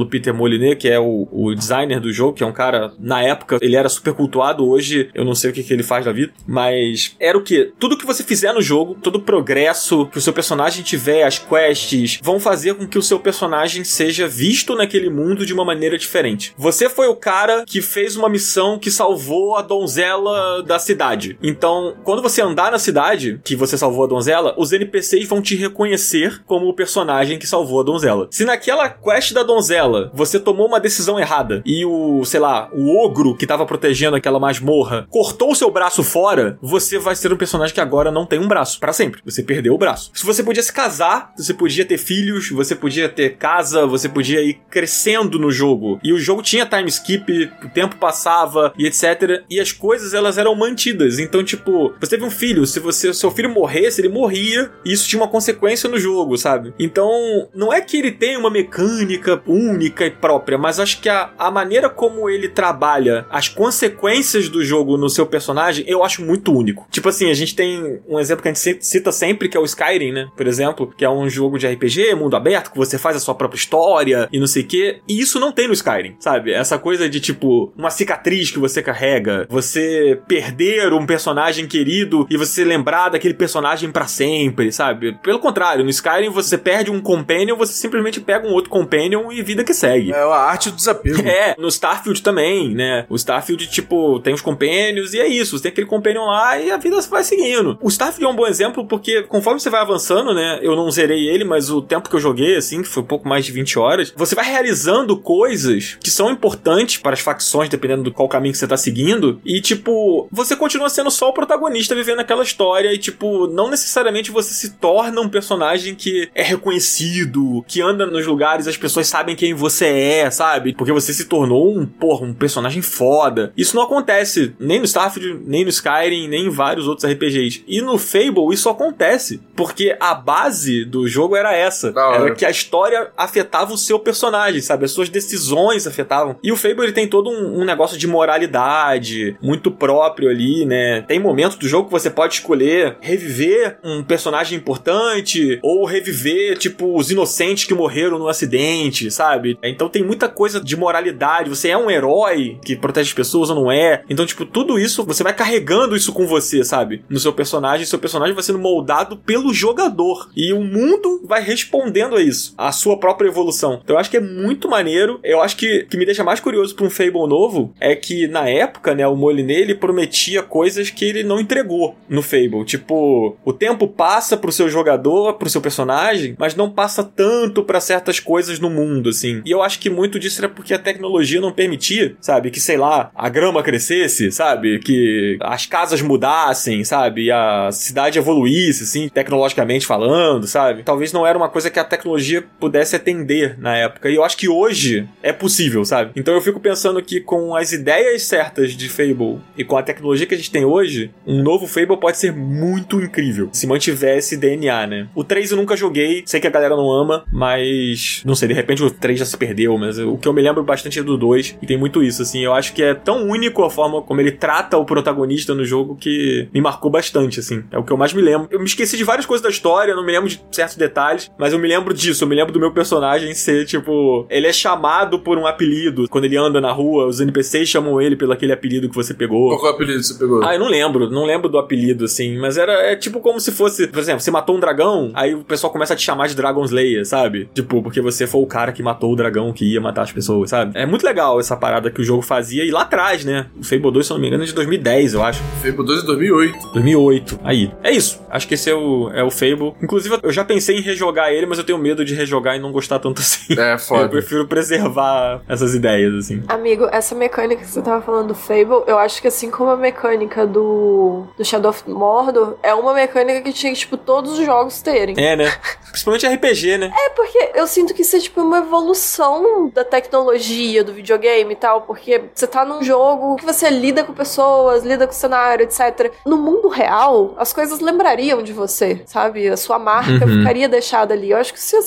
pelo Peter Molyneux, que é o, o designer do jogo, que é um cara, na época, ele era super cultuado, hoje eu não sei o que, que ele faz da vida, mas era o quê? Tudo que você fizer no jogo, todo o progresso que o seu personagem tiver, as quests, vão fazer com que o seu personagem seja visto naquele mundo de uma maneira diferente. Você foi o cara que fez uma missão que salvou a donzela da cidade. Então, quando você andar na cidade, que você salvou a donzela, os N P Cs vão te reconhecer como o personagem que salvou a donzela. Se naquela quest da donzela, você tomou uma decisão errada e o, sei lá, o ogro que tava protegendo aquela masmorra cortou o seu braço fora, você vai ser um personagem que agora não tem um braço, pra sempre. Você perdeu o braço. Se você podia se casar, você podia ter filhos, você podia ter casa, você podia ir crescendo no jogo. E o jogo tinha time skip, o tempo passava e etcétera. E as coisas, elas eram mantidas. Então, tipo, você teve um filho, se você, seu filho morresse, ele morria, e isso tinha uma consequência no jogo, sabe? Então, não é que ele tenha uma mecânica única e própria, mas acho que a, a maneira como ele trabalha as consequências do jogo no seu personagem, eu acho muito único. Tipo assim, a gente tem um exemplo que a gente cita sempre, que é o Skyrim, né? Por exemplo, que é um jogo de R P G, mundo aberto, que você faz a sua própria história e não sei o quê. E isso não tem no Skyrim, sabe? Essa coisa de, tipo, uma cicatriz que você carrega, você perder um personagem querido e você lembrar daquele personagem pra sempre, sabe? Pelo contrário, no Skyrim você perde um companion, você simplesmente pega um outro companion e vida que segue. É a arte do desapego. É, no Starfield também, né? O Starfield, tipo, tem os companions e é isso, você tem aquele companion lá e a vida vai seguindo. O Starfield é um bom exemplo porque conforme você vai avançando, né? Eu não zerei ele, mas o tempo que eu joguei, assim, que foi um pouco mais de vinte horas, você vai realizando coisas que são importantes para as facções, dependendo do qual caminho que você tá seguindo, e, tipo, você continua sendo só o protagonista vivendo aquela história e, tipo, não necessariamente você se torna um personagem que é reconhecido, que anda nos lugares, as pessoas sabem quem você é, sabe? Porque você se tornou um, porra, um personagem foda. Isso não acontece nem no Starfield, nem no Skyrim, nem em vários outros R P Gs. E no Fable isso acontece, porque a base do jogo era essa. Era que a história afetava o seu personagem, sabe? As suas decisões afetavam. E o Fable, ele tem todo um, um negócio de moralidade muito próprio ali, né? Tem momentos do jogo que você pode escolher reviver um personagem importante ou reviver, tipo, os inocentes que morreram no acidente, sabe? Então tem muita coisa de moralidade. Você é um herói que protege as pessoas ou não é? Então, tipo, tudo isso, você vai carregando isso com você, sabe? No seu personagem, seu personagem vai sendo moldado pelo jogador. E o mundo vai respondendo a isso, a sua própria evolução. Então eu acho que é muito maneiro. Eu acho que o que me deixa mais curioso pra um Fable novo é que, na época, né, o Molyneux, ele prometia coisas que ele não entregou no Fable. Tipo, o tempo passa pro seu jogador, pro seu personagem, mas não passa tanto pra certas coisas no mundo, assim. E eu acho que muito disso era porque a tecnologia não permitia, sabe? Que, sei lá, a grama crescesse, sabe? Que as casas mudassem, sabe? E a cidade evoluísse, assim, tecnologicamente falando, sabe? Talvez não era uma coisa que a tecnologia pudesse atender na época. E eu acho que hoje é possível, sabe? Então eu fico pensando que com as ideias certas de Fable e com a tecnologia que a gente tem hoje, um novo Fable pode ser muito incrível, se mantiver esse D N A, né? O três eu nunca joguei, sei que a galera não ama, mas não sei, de repente o três já se perdeu, mas o que eu me lembro bastante é do dois, e tem muito isso, assim, eu acho que é tão único a forma como ele trata o protagonista no jogo que me marcou bastante, assim, é o que eu mais me lembro. Eu me esqueci de várias coisas da história, não me lembro de certos detalhes, mas eu me lembro disso, eu me lembro do meu personagem ser, tipo, ele é chamado por um apelido, quando ele anda na rua, os N P Cs chamam ele pelo aquele apelido que você pegou. Qual que é o apelido que você pegou? Ah, eu não lembro, não lembro do apelido, assim, mas era, é tipo como se fosse, por exemplo, você matou um dragão, aí o pessoal começa a te chamar de Dragon Slayer, sabe? Tipo, porque você foi o cara que matou o dragão que ia matar as pessoas, sabe? É muito legal essa parada que o jogo fazia, e lá atrás, né? O Fable dois, se eu não me engano, é de dois mil e dez, eu acho. Fable dois é dois mil e oito. dois mil e oito, aí. É isso, acho que esse é o, é o Fable. Inclusive, eu já pensei em rejogar ele, mas eu tenho medo de rejogar e não gostar tanto assim. É, foda. Eu prefiro preservar essas ideias, assim. Amigo, essa mecânica que você tava falando do Fable, eu acho que assim como a mecânica do, do Shadow of Mordor, é uma mecânica que tinha que, tipo, todos os jogos terem. É, né? Principalmente R P G, né? É, porque eu sinto que isso é, tipo, uma evolução da tecnologia, do videogame e tal, porque você tá num jogo que você lida com pessoas, lida com o cenário, etcétera. No mundo real, as coisas lembrariam de você, sabe? A sua marca uhum. ficaria deixada ali. Eu acho que isso ia ser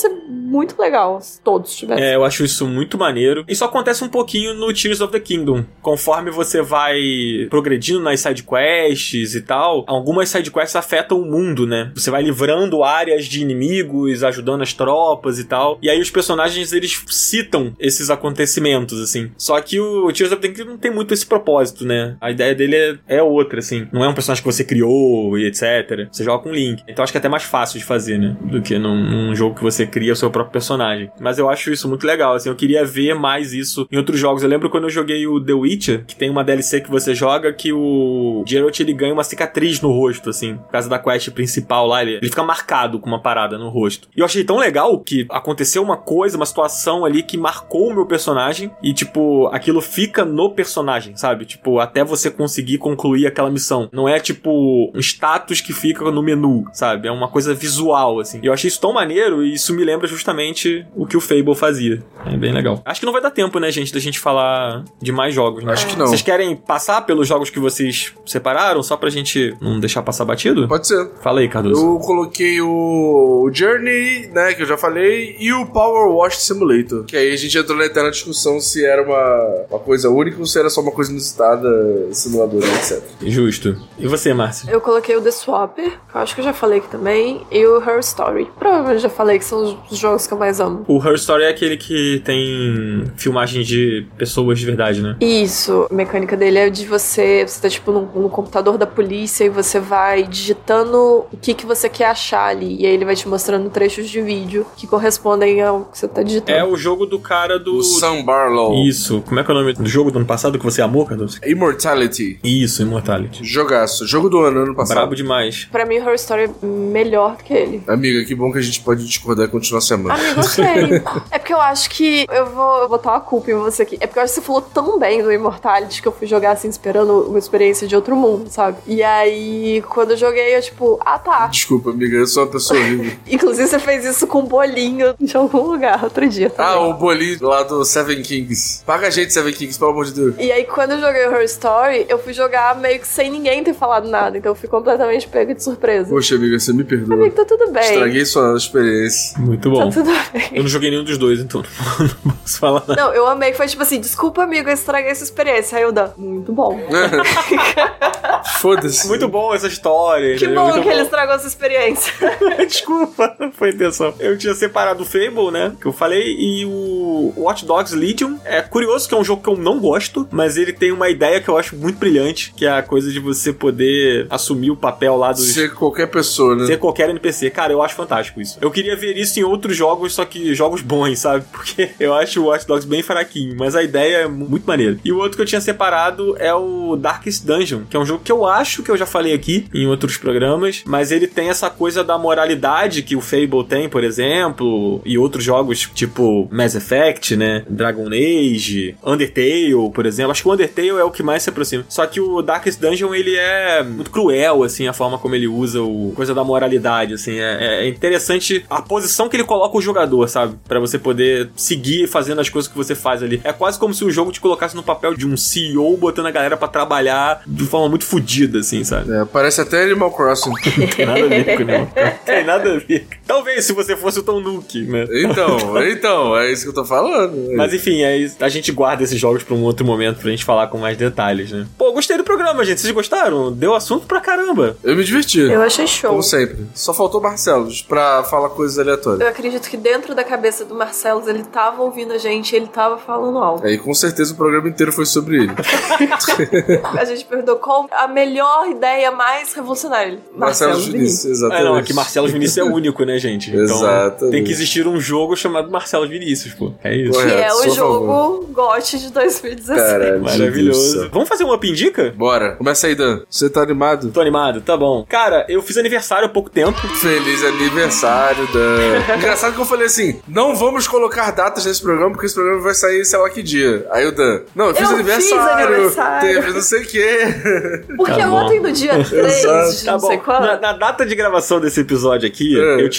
muito legal se todos tivessem. É, eu acho isso muito maneiro. Isso acontece um pouquinho no Tears of the Kingdom. Conforme você vai progredindo nas sidequests e tal, algumas sidequests afetam o mundo, né? Você vai livrando áreas de inimigos, ajudando as tropas e tal. E aí os personagens, eles citam esses acontecimentos, assim. Só que o Tears of the Kingdom não tem muito esse propósito, né? A ideia dele é, é outra, assim. Não é um personagem que você criou e etcétera. Você joga com Link. Então acho que é até mais fácil de fazer, né? Do que num, num jogo que você cria o seu próprio personagem. Mas eu acho isso muito legal, assim. Eu queria ver mais isso em outros jogos. Eu lembro quando eu joguei o The Witcher, que tem uma D L C que você joga que o Geralt, ele ganha uma cicatriz no rosto, assim. Por causa da quest principal lá, ele, ele fica marcado com uma parada no rosto. E eu achei tão legal que aconteceu uma coisa, uma situação ali que marcou o meu personagem e, tipo, aquilo fica no personagem, sabe? Tipo, até você conseguir concluir aquela missão. Não é, tipo, um status que fica no menu, sabe? É uma coisa visual, assim. E eu achei isso tão maneiro e isso me lembra justamente o que o Fable fazia. É bem legal. Acho que não vai dar tempo, né, gente, da gente falar de mais jogos, né? Acho que não. Vocês querem passar pelos jogos que vocês separaram, só pra gente não deixar passar batido? Pode ser. Fala aí, Cardoso. Eu coloquei o Journey, né, que eu já falei, e o Power Wash Simulator. Que aí a gente entrou na eterna discussão se era uma, uma coisa única ou se era só uma coisa inusitada, simuladora, etcétera. Justo. E você, Márcia? Eu coloquei o The Swapper, que eu acho que eu já falei aqui também, e o Her Story. Provavelmente já falei que são os jogos que eu mais amo. O Her Story é aquele que tem filmagem de pessoas de verdade, né? Isso. A mecânica dele é de você... Você tá, tipo, no, no computador da polícia e você vai digitando o que, que você quer achar ali. E aí ele vai te mostrando trechos de vídeo que correspondem ao que você tá digitando. É o jogo do cara do... O Sam Barlow. Isso. Como é que é o nome do jogo do ano passado que você amou, Cardoso? Immortality. Isso, Immortality. Jogaço. Jogo do ano, ano passado. Brabo demais. Pra mim, o Her Story é melhor do que ele. Amiga, que bom que a gente pode discordar e continuar se amando. Amigo, eu sei. É porque eu acho que... Eu vou botar uma culpa em você aqui. É porque eu acho que você falou tão bem do Immortality que eu fui jogar assim, esperando uma experiência de outro mundo, sabe? E aí, quando eu joguei, eu tipo... Ah, tá. Desculpa, amiga. Eu sou uma pessoa horrível. Inclusive, você fez isso com um bolinho de algum lugar outro dia também. Ah, o bolinho lá do Seven Kings. Paga a gente, Seven Kings, pelo amor de Deus. E aí, quando eu joguei o Her Story, eu fui jogar meio que sem ninguém ter falado nada. Então eu fui completamente pega de surpresa. Poxa, amiga, você me perdoa. Amigo, tá tudo bem. Estraguei sua experiência. Muito bom. Tá tudo bem. Eu não joguei nenhum dos dois, então não posso falar nada. Não, eu amei que foi tipo assim, desculpa, amigo, eu estraguei essa experiência. Aí eu dou, muito bom. Foda-se. Muito bom essa história. Que entendeu? bom Muito que ele estragou essa experiência. Desculpa, não foi intenção. Eu tinha separado o Fable, né? Que eu falei, e o Watch Dogs Legion. É curioso que é um jogo que eu não gosto, mas ele tem uma ideia que eu acho muito brilhante, que é a coisa de você poder assumir o papel lá dos... Ser qualquer pessoa, né? Ser qualquer N P C. Cara, eu acho fantástico isso. Eu queria ver isso em outros jogos, só que jogos bons, sabe? Porque eu acho o Watch Dogs bem fraquinho, mas a ideia é muito maneira. E o outro que eu tinha separado é o Darkest Dungeon, que é um jogo que eu acho que eu já falei aqui em outros programas, mas ele tem essa coisa da moralidade que o Fable tem, por exemplo, e outros jogos tipo Mass Effect, né? Dragon Age, Undertale, por exemplo. Acho que o Undertale é o que mais se aproxima. Só que o Darkest Dungeon, ele é muito cruel, assim, a forma como ele usa o coisa da moralidade, assim. É, é interessante a posição que ele coloca o jogador, sabe? Pra você poder seguir fazendo as coisas que você faz ali. É quase como se o jogo te colocasse no papel de um C E O botando a galera pra trabalhar de forma muito fodida, assim, sabe? É, parece até Animal Crossing. Não tem nada a ver com Animal Crossing. Não tem nada a ver. Talvez se você fosse o Tom Nook, né? Então, então, é isso que eu tô falando. Mas enfim, é, a gente guarda esses jogos pra um outro momento pra gente falar com mais detalhes, né? Pô, gostei do programa, gente. Vocês gostaram? Deu assunto pra caramba. Eu me diverti. Eu achei show. Como sempre. Só faltou Marcelos pra falar coisas aleatórias. Eu acredito que dentro da cabeça do Marcelo, ele tava ouvindo a gente e ele tava falando algo. Aí com certeza o programa inteiro foi sobre ele. A gente perguntou qual a melhor ideia mais revolucionária. Marcelo Vinícius. Vinícius, exatamente. É, não, é que Marcelo Vinícius é único, né, gente? Então Exatamente. tem que existir um jogo chamado Marcelo Vinícius, pô. É isso. Correto, Que é o sou a jogo G O T de dois mil e dezesseis. Caralho. Maravilhoso. Vamos fazer uma pindica? Bora. Começa aí, Dan. Você tá animado? Tô animado, tá bom. Cara, eu fiz aniversário há pouco tempo. Feliz aniversário, Dan. Engraçado que eu falei assim, não vamos colocar datas nesse programa, porque esse programa vai sair sei lá que dia. Aí o Dan, não, eu fiz Eu aniversário. fiz aniversário. Teve não sei o quê. Porque Tá bom. ontem, no dia três, de Exato. Tá não sei bom. quando. Na, na data de gravação desse episódio aqui, É. eu tinha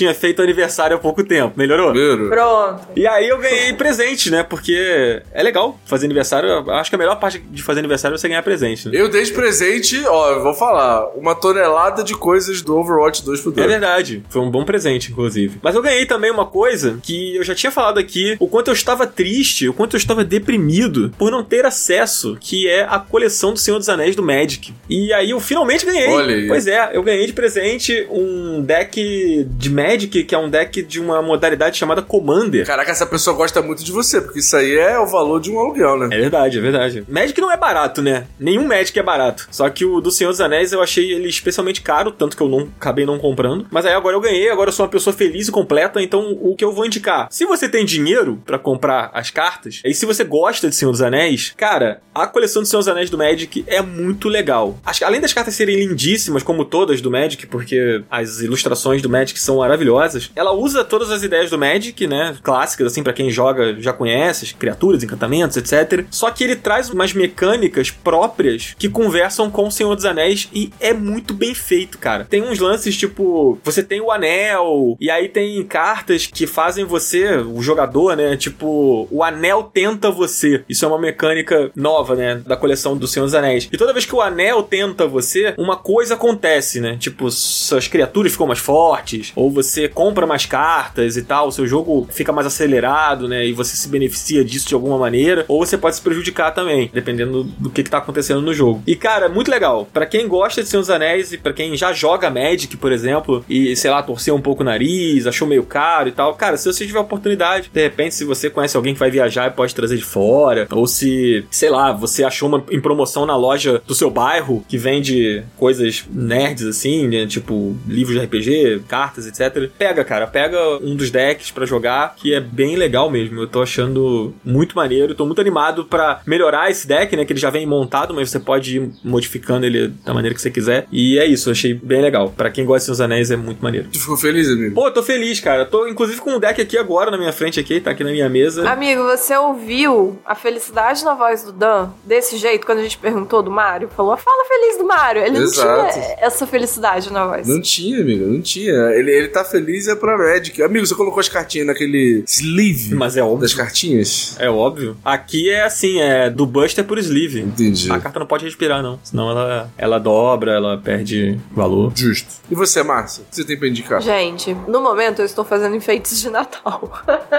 tinha feito aniversário há pouco tempo. Melhorou? Primeiro. Pronto. E aí eu ganhei presente, né? Porque é legal fazer aniversário. Eu acho que a melhor parte de fazer aniversário é você ganhar presente, né? Eu dei de presente, ó, eu vou falar, uma tonelada de coisas do Overwatch dois pro Dan. É verdade. Foi um bom presente, inclusive. Mas eu ganhei também uma coisa que eu já tinha falado aqui, o quanto eu estava triste, o quanto eu estava deprimido por não ter acesso, que é a coleção do Senhor dos Anéis do Magic. E aí eu finalmente ganhei. Olha aí. Pois é, eu ganhei de presente um deck de Magic, que é um deck de uma modalidade chamada Commander. Caraca, essa pessoa gosta muito de você, porque isso aí é o valor de um aluguel, né? É verdade, é verdade. Magic não é barato, né? Nenhum Magic é barato. Só que o do Senhor dos Anéis eu achei ele especialmente caro, tanto que eu não acabei não comprando. Mas aí agora eu ganhei, agora eu sou uma pessoa feliz e completa, então o que eu vou indicar? Se você tem dinheiro pra comprar as cartas, e se você gosta de Senhor dos Anéis, cara, a coleção do Senhor dos Anéis do Magic é muito legal. Acho que além das cartas serem lindíssimas, como todas do Magic, porque as ilustrações do Magic são maravilhosas, ela usa todas as ideias do Magic, né? Clássicas, assim, pra quem joga já conhece, criaturas, encantamentos, etcétera. Só que ele traz umas mecânicas próprias que conversam com o Senhor dos Anéis e é muito bem feito, cara. Tem uns lances tipo, você tem o anel, e aí tem cartas que fazem você, o jogador, né? Tipo, o anel tenta você. Isso é uma mecânica nova, né? Da coleção do Senhor dos Anéis. E toda vez que o anel tenta você, uma coisa acontece, né? Tipo, suas criaturas ficam mais fortes, ou você compra mais cartas e tal, o seu jogo fica mais acelerado, né? E você se beneficia disso de alguma maneira, ou você pode se prejudicar também, dependendo do que, que tá acontecendo no jogo. E, cara, é muito legal. Pra quem gosta de Senhor dos Anéis e pra quem já joga Magic, por exemplo, e, sei lá, torceu um pouco o nariz, achou meio caro e tal, cara, se você tiver oportunidade, de repente, se você conhece alguém que vai viajar e pode trazer de fora, ou se, sei lá, você achou uma em promoção na loja do seu bairro, que vende coisas nerds, assim, né? Tipo, livros de R P G, cartas, etcétera. Pega, cara, pega um dos decks pra jogar, que é bem legal mesmo. Eu tô achando muito maneiro, tô muito animado pra melhorar esse deck, né? Que ele já vem montado, mas você pode ir modificando ele da maneira que você quiser. E é isso, eu achei bem legal. Pra quem gosta de Senhor dos Anéis, é muito maneiro. Tu ficou feliz, amigo? Pô, eu tô feliz, cara. Tô, inclusive, com um deck aqui agora na minha frente, aqui, tá aqui na minha mesa. Amigo, você ouviu a felicidade na voz do Dan desse jeito, quando a gente perguntou do Mario? Falou, fala feliz do Mario. Ele Exato. não tinha essa felicidade na voz. Não tinha, amigo, não tinha. Ele, ele tá feliz é pra Magic. Amigo, você colocou as cartinhas naquele sleeve Mas é óbvio. das cartinhas? É óbvio. Aqui é assim, é do Buster por sleeve. Entendi. A carta não pode respirar, não. Senão ela, ela dobra, ela perde valor. Justo. E você, Márcia? O que você tem pra indicar? Gente, no momento eu estou fazendo enfeites de Natal.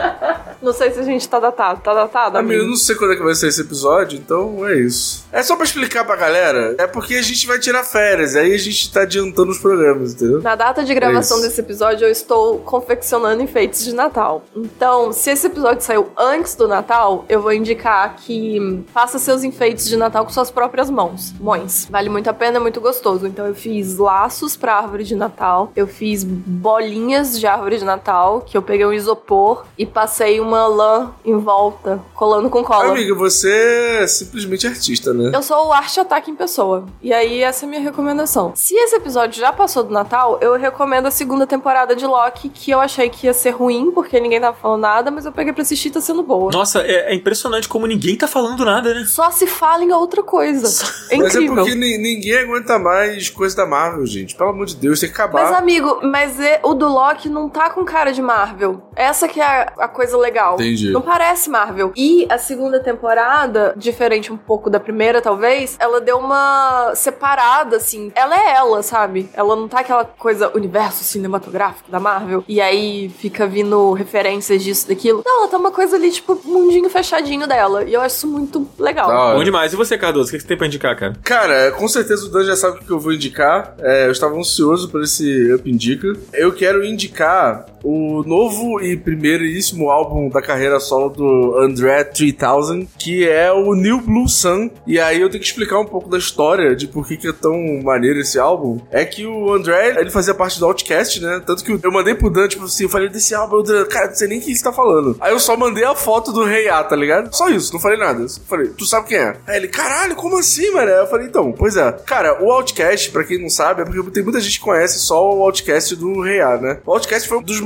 Não sei se a gente tá datado. Tá datado, amigo? Amigo, eu não sei quando é que vai ser esse episódio, então é isso. É só pra explicar pra galera, é porque a gente vai tirar férias, aí a gente tá adiantando os programas, entendeu? Na data de gravação É desse episódio, eu estou confeccionando enfeites de Natal. Então, se esse episódio saiu antes do Natal, eu vou indicar que faça seus enfeites de Natal com suas próprias mãos. Mães. Vale muito a pena, é muito gostoso. Então, eu fiz laços pra árvore de Natal, eu fiz bolinhas de árvore de Natal, que eu peguei um isopor e passei uma lã em volta, colando com cola. Amiga, você é simplesmente artista, né? Eu sou o Arte Ataque em pessoa. E aí, essa é a minha recomendação. Se esse episódio já passou do Natal, eu recomendo a segunda temporada de Loki, que eu achei que ia ser ruim, porque ninguém tava falando nada, mas eu peguei pra assistir e tá sendo boa. Nossa, é, é impressionante como ninguém tá falando nada, né? Só se fala em outra coisa. É Mas é incrível. porque ni- ninguém aguenta mais coisa da Marvel, gente. Pelo amor de Deus, tem que acabar. Mas, amigo, mas é- o do Loki não tá com cara de Marvel. Essa que é a, a coisa legal. Entendi. Não parece Marvel. E a segunda temporada, diferente um pouco da primeira, talvez, ela deu uma separada, assim. Ela é ela, sabe? Ela não tá aquela coisa universo cinematográfico da Marvel. E aí fica vindo referências disso, daquilo. Não, ela tá uma coisa ali, tipo, mundinho fechadinho dela. E eu acho isso muito legal. Da hora. Bom demais. E você, Cardoso? O que que você tem pra indicar, cara? Cara, com certeza o Dan já sabe o que eu vou indicar. É, eu estava ansioso por esse Up Indica. Eu quero indicar o novo e primeiríssimo álbum da carreira solo do André três mil, que é o New Blue Sun. E aí eu tenho que explicar um pouco da história de por que, que é tão maneiro esse álbum. É que o André, ele fazia parte do Outcast, né? Tanto que eu mandei pro Dan, tipo assim, eu falei desse álbum, eu Dan, cara, não sei nem quem você tá falando. Aí eu só mandei a foto do Rei A, tá ligado? Só isso, não falei nada. Eu só falei, tu sabe quem é? Aí ele, caralho, como assim, mano? Aí eu falei, então, pois é. Cara, o Outcast, pra quem não sabe, é porque tem muita gente que conhece só o Outcast do Rei A, né? O Outcast foi um dos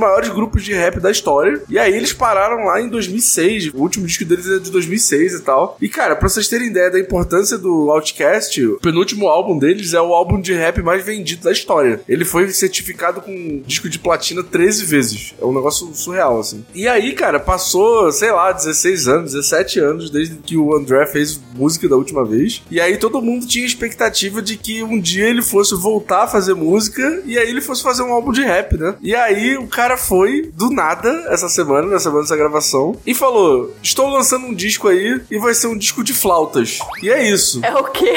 maiores grupos de rap da história. E aí eles pararam lá em dois mil e seis. O último disco deles é de dois mil e seis e tal. E, cara, pra vocês terem ideia da importância do Outkast, o penúltimo álbum deles é o álbum de rap mais vendido da história. Ele foi certificado com disco de platina treze vezes. É um negócio surreal, assim. E aí, cara, passou, sei lá, dezesseis anos, dezessete anos desde que o André fez música da última vez. E aí todo mundo tinha expectativa de que um dia ele fosse voltar a fazer música e aí ele fosse fazer um álbum de rap, né? E aí o cara foi, do nada, essa semana, na semana dessa gravação, e falou: estou lançando um disco aí e vai ser um disco de flautas. E é isso. É o quê?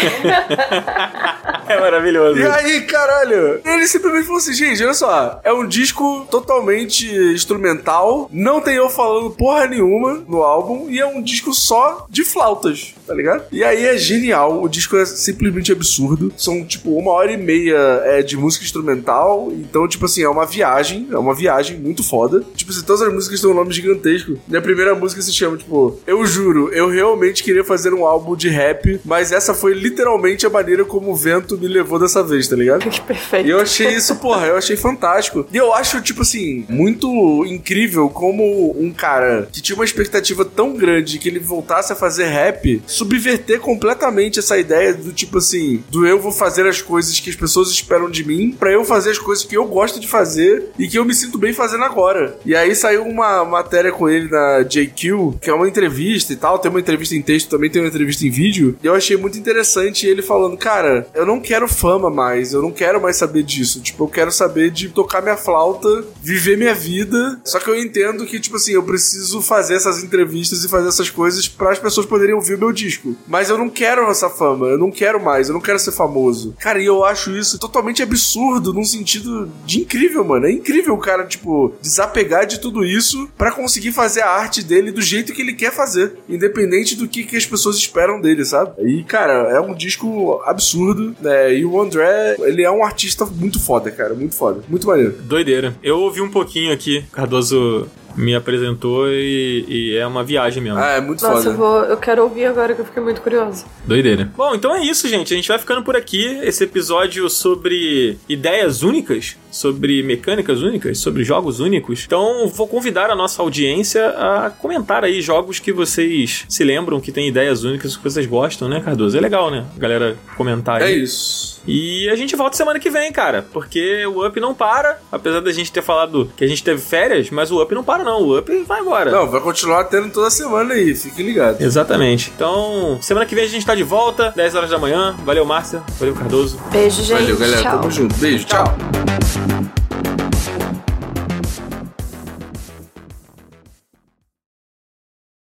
É maravilhoso. E aí, caralho, ele simplesmente falou assim: gente, olha só, é um disco totalmente instrumental, não tem eu falando porra nenhuma no álbum, e é um disco só de flautas, tá ligado? E aí é genial, o disco é simplesmente absurdo, são tipo uma hora e meia é, de música instrumental, então tipo assim, é uma viagem, é uma viagem muito foda. Tipo assim, todas as músicas têm um nome gigantesco, e a primeira música se chama, tipo, eu juro, eu realmente queria fazer um álbum de rap, mas essa foi literalmente a maneira como o vento me levou dessa vez, tá ligado? Que perfeito. E eu achei isso, porra, eu achei fantástico. E eu acho, tipo assim, muito incrível como um cara que tinha uma expectativa tão grande que ele voltasse a fazer rap, subverter completamente essa ideia do tipo assim, do eu vou fazer as coisas que as pessoas esperam de mim, pra eu fazer as coisas que eu gosto de fazer e que eu me sinto bem fazendo agora. E aí saiu uma matéria com ele na J Q, que é uma entrevista e tal, tem uma entrevista em texto, também tem uma entrevista em vídeo, e eu achei muito interessante ele falando, cara, eu não quero fama mais, eu não quero mais saber disso, tipo, eu quero saber de tocar minha flauta, viver minha vida, só que eu entendo que, tipo assim, eu preciso fazer essas entrevistas e fazer essas coisas para as pessoas poderem ouvir o meu disco, mas eu não quero essa fama, eu não quero mais, eu não quero ser famoso. Cara, e eu acho isso totalmente absurdo, num sentido de incrível, mano, é incrível o cara, tipo, desapegar de tudo isso pra conseguir fazer a arte dele do jeito que ele quer fazer, independente do que, que as pessoas esperam dele, sabe? E, cara, é um disco absurdo, né, e o André, ele é um artista muito foda, cara, muito foda, muito maneiro. Doideira. Eu ouvi um pouquinho aqui, Cardoso me apresentou e, e é uma viagem mesmo. Ah, é muito Nossa, foda. eu, vou, eu quero ouvir agora que eu fiquei muito curiosa. Doideira. Bom, então é isso, gente. A gente vai ficando por aqui. Esse episódio sobre ideias únicas, sobre mecânicas únicas, sobre jogos únicos. Então, vou convidar a nossa audiência a comentar aí jogos que vocês se lembram, que tem ideias únicas, que vocês gostam, né, Cardoso? É legal, né? A galera comentar aí. É isso. E a gente volta semana que vem, cara, porque o Up não para, apesar da gente ter falado que a gente teve férias, mas o Up não para não, o Up vai embora. Não, vai continuar tendo toda semana aí, fique ligado. Exatamente. Então, semana que vem a gente tá de volta, dez horas da manhã. Valeu, Márcia. Valeu, Cardoso. Beijo, gente. Valeu, galera. Tchau. Tamo junto. Beijo, tchau.